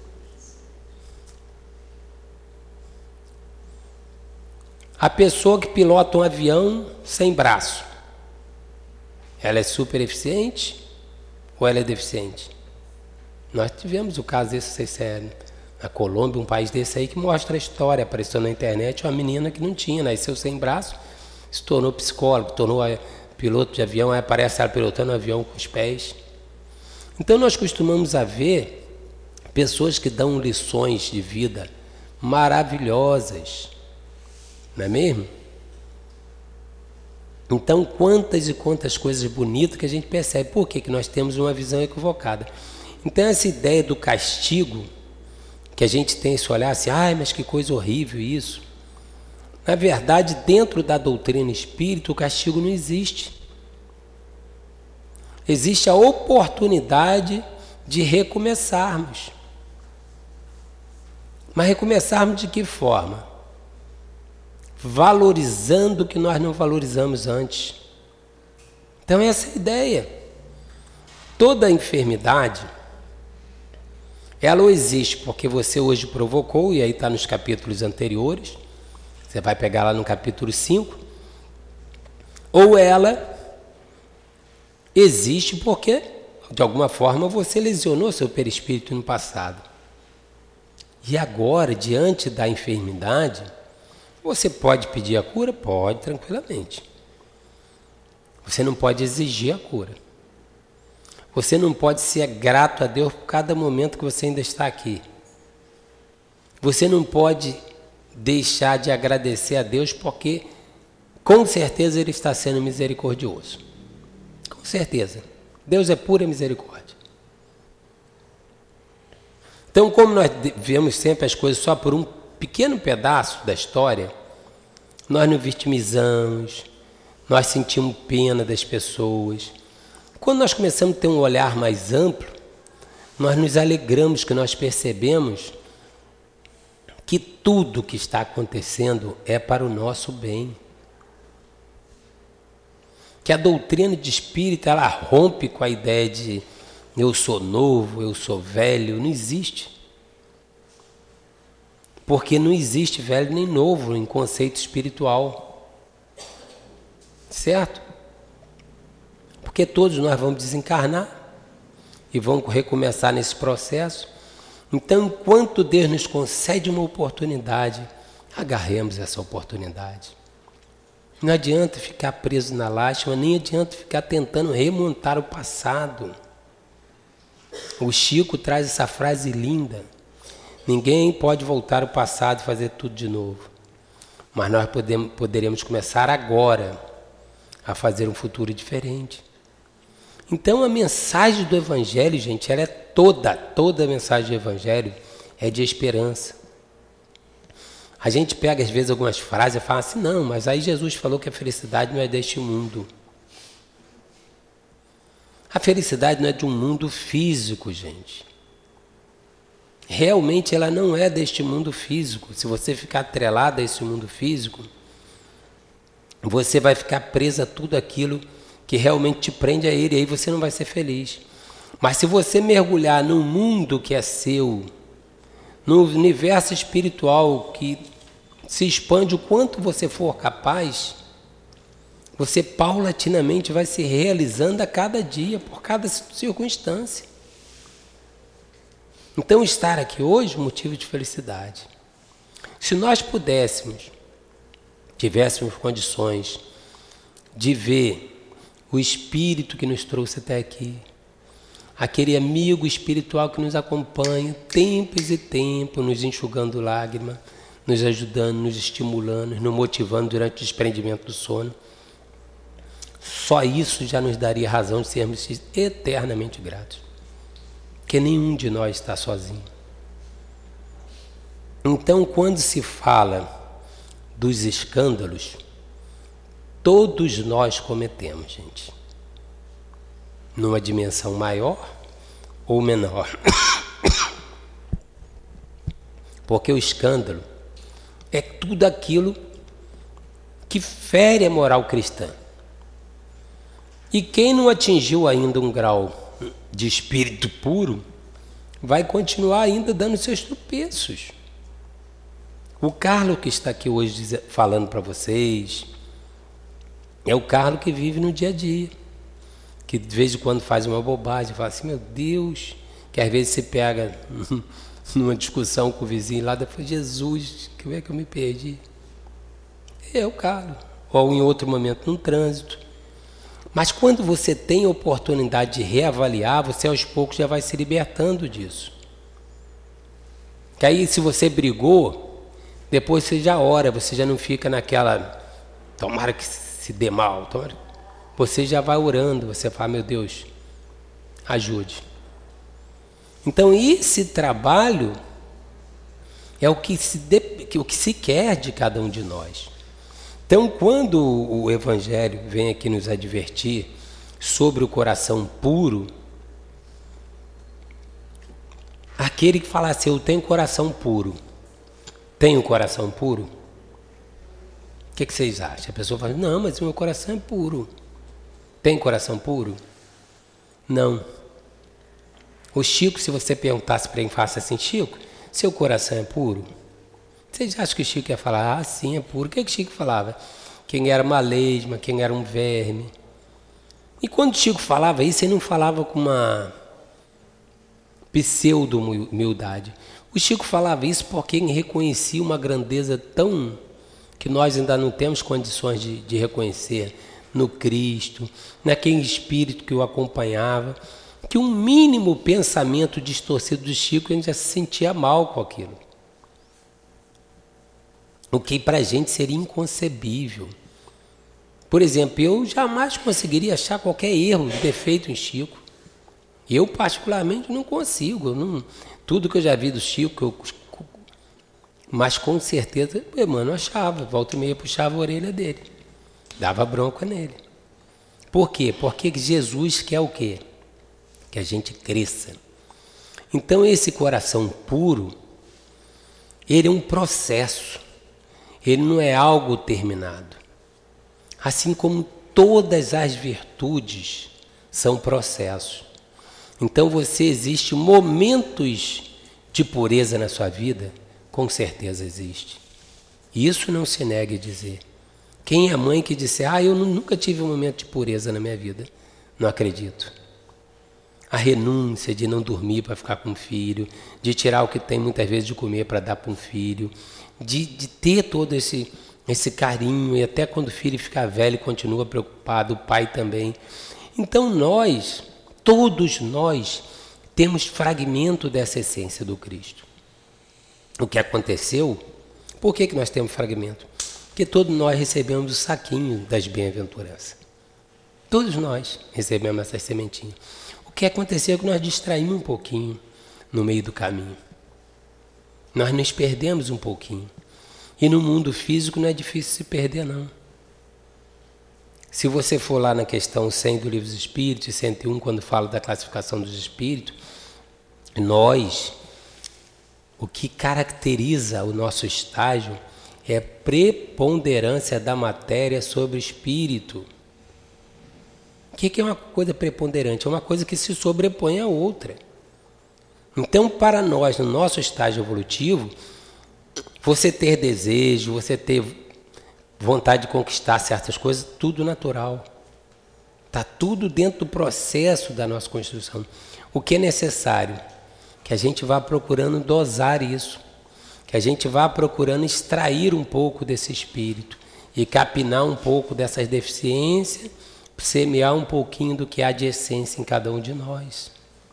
A pessoa que pilota um avião sem braço, ela é super eficiente ou ela é deficiente? Nós tivemos o caso desse, não sei se é na Colômbia, um país desse aí, que mostra a história. Apareceu na internet uma menina que não tinha, nasceu sem braço, se tornou psicólogo, tornou piloto de avião, aí aparece ela pilotando um avião com os pés. Então nós costumamos a ver pessoas que dão lições de vida maravilhosas, não é mesmo? Então quantas e quantas coisas bonitas que a gente percebe. Por quê? Que nós temos uma visão equivocada. Então essa ideia do castigo, que a gente tem esse olhar assim, ai, mas que coisa horrível isso. Na verdade, dentro da doutrina espírita, o castigo não existe. Existe a oportunidade de recomeçarmos. Mas recomeçarmos de que forma? Valorizando o que nós não valorizamos antes. Então essa é a ideia. Toda enfermidade, ela ou existe porque você hoje provocou, e aí está nos capítulos anteriores, você vai pegar lá no capítulo 5, ou ela existe porque, de alguma forma, você lesionou seu perispírito no passado. E agora, diante da enfermidade, você pode pedir a cura? Pode, tranquilamente. Você não pode exigir a cura. Você não pode ser grato a Deus por cada momento que você ainda está aqui. Você não pode deixar de agradecer a Deus porque, com certeza, Ele está sendo misericordioso. Com certeza. Deus é pura misericórdia. Então, como nós vemos sempre as coisas só por um pequeno pedaço da história, nós nos vitimizamos, nós sentimos pena das pessoas. Quando nós começamos a ter um olhar mais amplo, nós nos alegramos que nós percebemos que tudo que está acontecendo é para o nosso bem. Que a doutrina de espírito, ela rompe com a ideia de eu sou novo, eu sou velho. Não existe. Porque não existe velho nem novo em conceito espiritual. Certo? Porque todos nós vamos desencarnar e vamos recomeçar nesse processo. Então, enquanto Deus nos concede uma oportunidade, agarremos essa oportunidade. Não adianta ficar preso na lástima, nem adianta ficar tentando remontar o passado. O Chico traz essa frase linda. Ninguém pode voltar ao passado e fazer tudo de novo. Mas nós poderemos começar agora a fazer um futuro diferente. Então a mensagem do Evangelho, gente, ela é toda a mensagem do Evangelho é de esperança. A gente pega às vezes algumas frases e fala assim, não, mas aí Jesus falou que a felicidade não é deste mundo. A felicidade não é de um mundo físico, gente. Realmente ela não é deste mundo físico. Se você ficar atrelado a esse mundo físico, você vai ficar preso a tudo aquilo que realmente te prende a ele, e aí você não vai ser feliz. Mas se você mergulhar no mundo que é seu, no universo espiritual que se expande o quanto você for capaz, você paulatinamente vai se realizando a cada dia, por cada circunstância. Então estar aqui hoje é um motivo de felicidade. Se nós tivéssemos condições de ver o Espírito que nos trouxe até aqui, aquele amigo espiritual que nos acompanha tempos e tempos, nos enxugando lágrimas, nos ajudando, nos estimulando, nos motivando durante o desprendimento do sono, só isso já nos daria razão de sermos eternamente gratos. Porque nenhum de nós está sozinho. Então, quando se fala dos escândalos, todos nós cometemos, gente. Numa dimensão maior ou menor. Porque o escândalo é tudo aquilo que fere a moral cristã. E quem não atingiu ainda um grau de espírito puro, vai continuar ainda dando seus tropeços. O Carlos que está aqui hoje falando para vocês, é o Carlos que vive no dia a dia, que de vez em quando faz uma bobagem, fala assim, meu Deus, que às vezes se pega numa discussão com o vizinho lá, depois, Jesus, como é que eu me perdi? É o Carlos. Ou em outro momento, num trânsito. Mas quando você tem a oportunidade de reavaliar, você aos poucos já vai se libertando disso. Que aí se você brigou, depois você já ora, você já não fica naquela, tomara que se dê mal, você já vai orando, você fala, meu Deus, ajude. Então esse trabalho é o que se quer de cada um de nós. Então, quando o Evangelho vem aqui nos advertir sobre o coração puro, aquele que fala assim, eu tenho coração puro, tenho coração puro? O que vocês acham? A pessoa fala, não, mas o meu coração é puro. Tem coração puro? Não. O Chico, se você perguntasse para ele, faça assim, Chico, seu coração é puro? Vocês acham que o Chico ia falar, ah, sim, é puro? O que o Chico falava? Quem era uma lesma, quem era um verme. E quando o Chico falava isso, ele não falava com uma pseudo-humildade. O Chico falava isso porque ele reconhecia uma grandeza tão que nós ainda não temos condições de reconhecer no Cristo, naquele espírito que o acompanhava, que um mínimo pensamento distorcido do Chico, a gente já se sentia mal com aquilo. O que para a gente seria inconcebível. Por exemplo, eu jamais conseguiria achar qualquer erro, defeito em Chico. Eu, particularmente, não consigo. Tudo que eu já vi do Chico, mas com certeza, mano, eu achava. Volta e meia puxava a orelha dele. Dava bronca nele. Por quê? Porque Jesus quer o quê? Que a gente cresça. Então, esse coração puro, ele é um processo. Ele não é algo terminado. Assim como todas as virtudes são processos. Então existe momentos de pureza na sua vida? Com certeza existe. Isso não se negue a dizer. Quem é a mãe que disser, eu nunca tive um momento de pureza na minha vida? Não acredito. A renúncia de não dormir para ficar com o filho, de tirar o que tem muitas vezes de comer para dar para um filho, de ter todo esse carinho, e até quando o filho ficar velho continua preocupado, o pai também. Então todos nós temos fragmento dessa essência do Cristo. O que aconteceu, por que nós temos fragmento? Porque todos nós recebemos o saquinho das bem-aventuranças. Todos nós recebemos essas sementinhas. O que aconteceu é que nós distraímos um pouquinho no meio do caminho. Nós nos perdemos um pouquinho. E no mundo físico não é difícil se perder, não. Se você for lá na questão 100 do Livro dos Espíritos, e 101, quando fala da classificação dos espíritos, nós, o que caracteriza o nosso estágio é a preponderância da matéria sobre o espírito. O que é uma coisa preponderante? É uma coisa que se sobrepõe à outra. Então, para nós, no nosso estágio evolutivo, você ter desejo, você ter vontade de conquistar certas coisas, tudo natural. Está tudo dentro do processo da nossa construção. O que é necessário? Que a gente vá procurando dosar isso. Que a gente vá procurando extrair um pouco desse espírito e capinar um pouco dessas deficiências, semear um pouquinho do que há de essência em cada um de nós.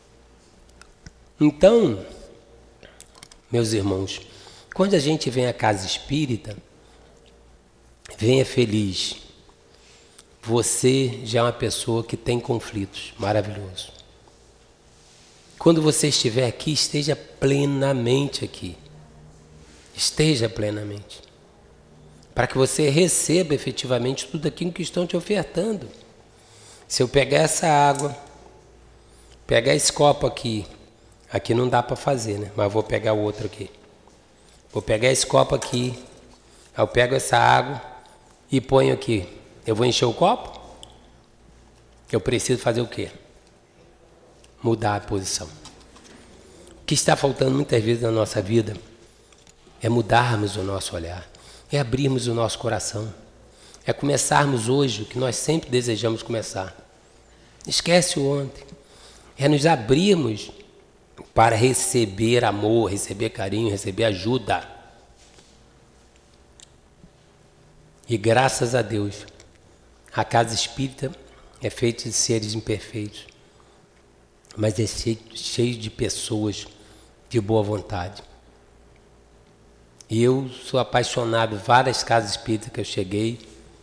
Então, meus irmãos, quando a gente vem à casa espírita, venha feliz. Você já é uma pessoa que tem conflitos, maravilhoso. Quando você estiver aqui, esteja plenamente aqui. Esteja plenamente. Para que você receba efetivamente tudo aquilo que estão te ofertando. Se eu pegar essa água, pegar esse copo aqui não dá para fazer, né? Mas vou pegar o outro aqui. Vou pegar esse copo aqui, eu pego essa água e ponho aqui. Eu vou encher o copo? Eu preciso fazer o quê? Mudar a posição. O que está faltando muitas vezes na nossa vida é mudarmos o nosso olhar, é abrirmos o nosso coração, é começarmos hoje o que nós sempre desejamos começar. Esquece o ontem. É nos abrirmos para receber amor, receber carinho, receber ajuda. E graças a Deus, a casa espírita é feita de seres imperfeitos, mas é cheio de pessoas de boa vontade. E eu sou apaixonado, várias casas espíritas que eu cheguei,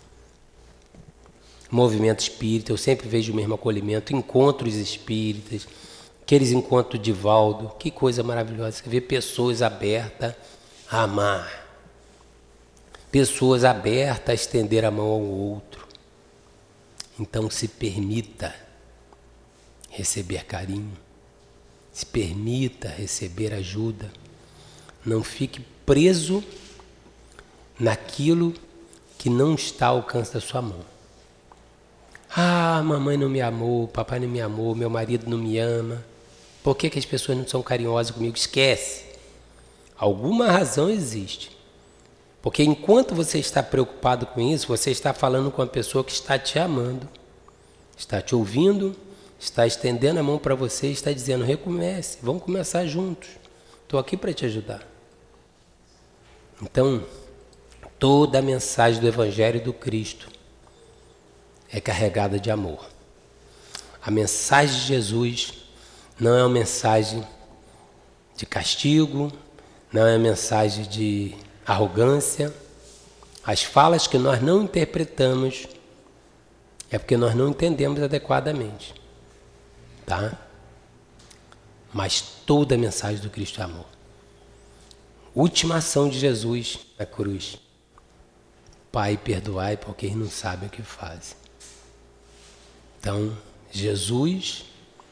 movimento espírita, eu sempre vejo o mesmo acolhimento, encontros espíritas, aqueles encontros de Valdo, que coisa maravilhosa, você vê pessoas abertas a amar, pessoas abertas a estender a mão ao outro. Então se permita receber carinho, se permita receber ajuda, não fique preso naquilo que não está ao alcance da sua mão. Ah, mamãe não me amou, papai não me amou, meu marido não me ama. Por que as pessoas não são carinhosas comigo? Esquece. Alguma razão existe. Porque enquanto você está preocupado com isso, você está falando com a pessoa que está te amando, está te ouvindo, está estendendo a mão para você e está dizendo, recomece, vamos começar juntos. Estou aqui para te ajudar. Então, toda a mensagem do Evangelho do Cristo é carregada de amor. A mensagem de Jesus não é uma mensagem de castigo, não é uma mensagem de arrogância. As falas que nós não interpretamos é porque nós não entendemos adequadamente, tá? Mas toda a mensagem do Cristo é amor. Última ação de Jesus na cruz. Pai, perdoai porque eles não sabem o que fazem. Então, Jesus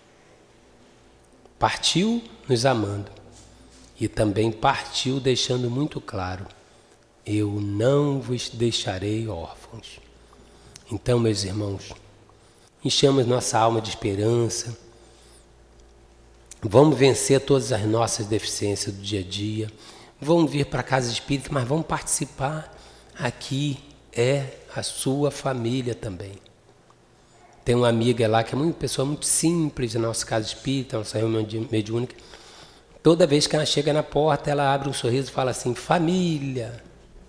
partiu nos amando e também partiu deixando muito claro, eu não vos deixarei órfãos. Então, meus irmãos, enchemos nossa alma de esperança, vamos vencer todas as nossas deficiências do dia a dia, vamos vir para a casa espírita, mas vamos participar. Aqui é a sua família também. Tem uma amiga lá que é uma pessoa muito simples, na nossa casa espírita, nossa reunião mediúnica. Toda vez que ela chega na porta, ela abre um sorriso e fala assim, família.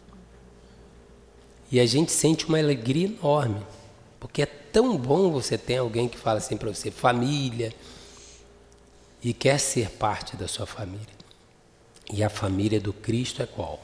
E a gente sente uma alegria enorme, porque é tão bom você ter alguém que fala assim para você, família, e quer ser parte da sua família. E a família do Cristo é qual?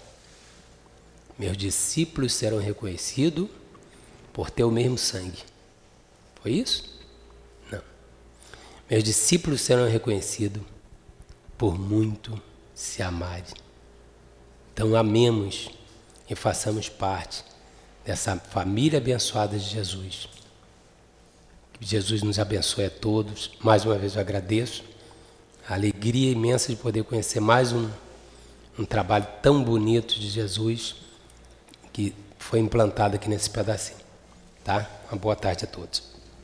Meus discípulos serão reconhecidos por ter o mesmo sangue. Foi isso? Não. Meus discípulos serão reconhecidos por muito se amarem. Então amemos e façamos parte dessa família abençoada de Jesus. Que Jesus nos abençoe a todos. Mais uma vez eu agradeço. A alegria imensa de poder conhecer mais um trabalho tão bonito de Jesus que foi implantado aqui nesse pedacinho. Tá? Uma boa tarde a todos.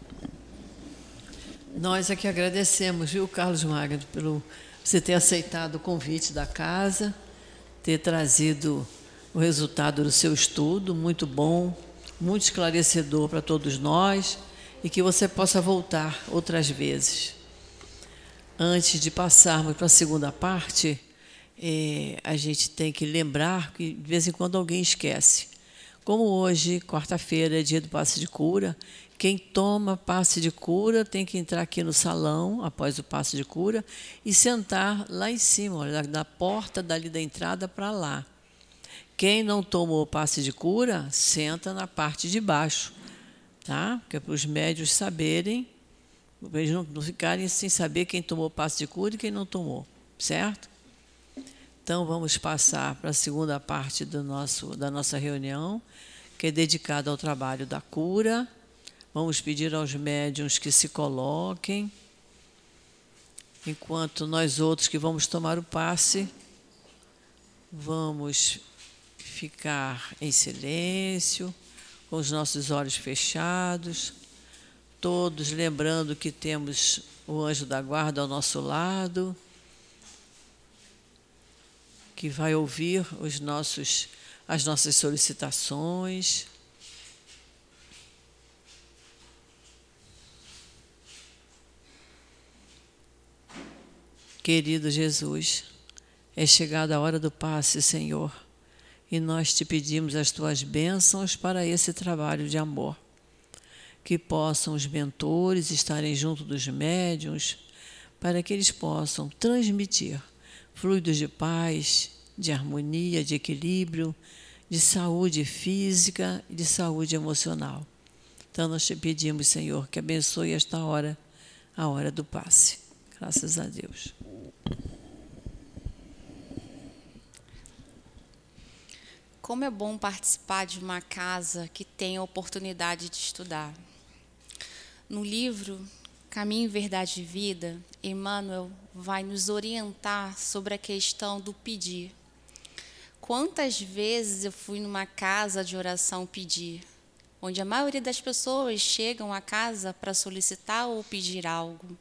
Nós aqui agradecemos, viu, Carlos Magno, pelo você ter aceitado o convite da casa, ter trazido o resultado do seu estudo, muito bom, muito esclarecedor para todos nós, e que você possa voltar outras vezes. Antes de passarmos para a segunda parte, a gente tem que lembrar que de vez em quando alguém esquece. Como hoje, quarta-feira, é dia do passe de cura, quem toma passe de cura tem que entrar aqui no salão, após o passe de cura, e sentar lá em cima, olha, da porta dali da entrada para lá. Quem não tomou passe de cura, senta na parte de baixo, tá? Que é para os médios saberem, para eles não ficarem sem saber quem tomou passe de cura e quem não tomou, certo? Então, vamos passar para a segunda parte da nossa reunião, que é dedicada ao trabalho da cura. Vamos pedir aos médiuns que se coloquem, enquanto nós outros que vamos tomar o passe, vamos ficar em silêncio, com os nossos olhos fechados, todos lembrando que temos o anjo da guarda ao nosso lado, que vai ouvir as nossas solicitações. Querido Jesus, é chegada a hora do passe, Senhor, e nós te pedimos as tuas bênçãos para esse trabalho de amor. Que possam os mentores estarem junto dos médiuns, para que eles possam transmitir fluidos de paz, de harmonia, de equilíbrio, de saúde física e de saúde emocional. Então, nós te pedimos, Senhor, que abençoe esta hora, a hora do passe. Graças a Deus. Como é bom participar de uma casa que tem a oportunidade de estudar. No livro Caminho, Verdade e Vida, Emmanuel vai nos orientar sobre a questão do pedir. Quantas vezes eu fui numa casa de oração pedir, onde a maioria das pessoas chegam à casa para solicitar ou pedir algo.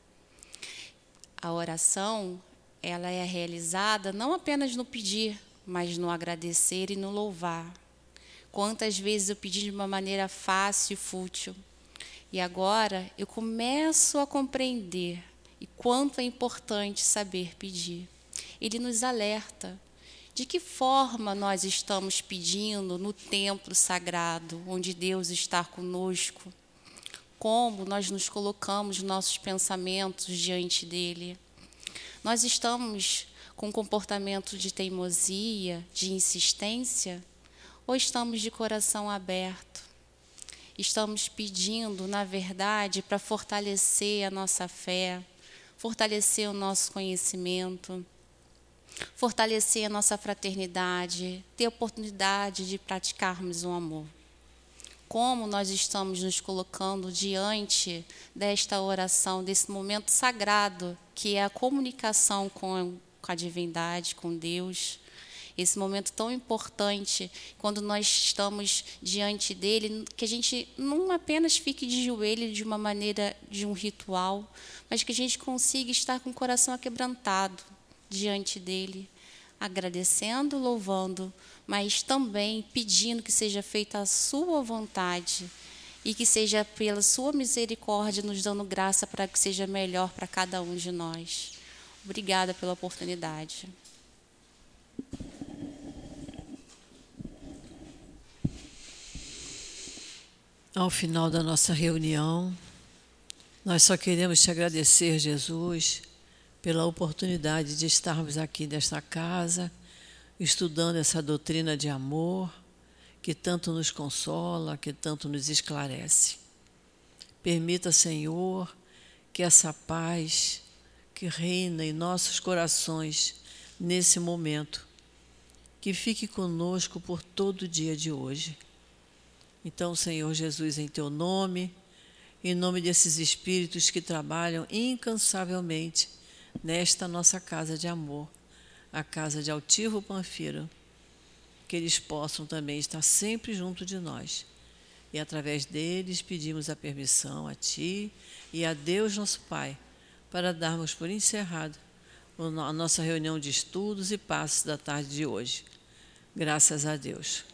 A oração, ela é realizada não apenas no pedir, mas no agradecer e no louvar. Quantas vezes eu pedi de uma maneira fácil e fútil. E agora eu começo a compreender e quanto é importante saber pedir. Ele nos alerta de que forma nós estamos pedindo no templo sagrado, onde Deus está conosco, como nós nos colocamos nossos pensamentos diante dele. Nós estamos com comportamento de teimosia, de insistência, ou estamos de coração aberto? Estamos pedindo, na verdade, para fortalecer a nossa fé, fortalecer o nosso conhecimento, fortalecer a nossa fraternidade, ter a oportunidade de praticarmos o amor. Como nós estamos nos colocando diante desta oração, desse momento sagrado, que é a comunicação com a divindade, com Deus, esse momento tão importante, quando nós estamos diante dele, que a gente não apenas fique de joelho de uma maneira, de um ritual, mas que a gente consiga estar com o coração aquebrantado diante dele, agradecendo, louvando, mas também pedindo que seja feita a sua vontade e que seja pela sua misericórdia nos dando graça para que seja melhor para cada um de nós. Obrigada pela oportunidade. Ao final da nossa reunião, nós só queremos te agradecer, Jesus, pela oportunidade de estarmos aqui nesta casa, estudando essa doutrina de amor, que tanto nos consola, que tanto nos esclarece. Permita, Senhor, que essa paz que reina em nossos corações nesse momento, que fique conosco por todo o dia de hoje. Então, Senhor Jesus, em Teu nome, em nome desses espíritos que trabalham incansavelmente nesta nossa casa de amor, a casa de Altivo Panfiro, que eles possam também estar sempre junto de nós. E através deles pedimos a permissão a Ti e a Deus nosso Pai, para darmos por encerrado a nossa reunião de estudos e passos da tarde de hoje. Graças a Deus.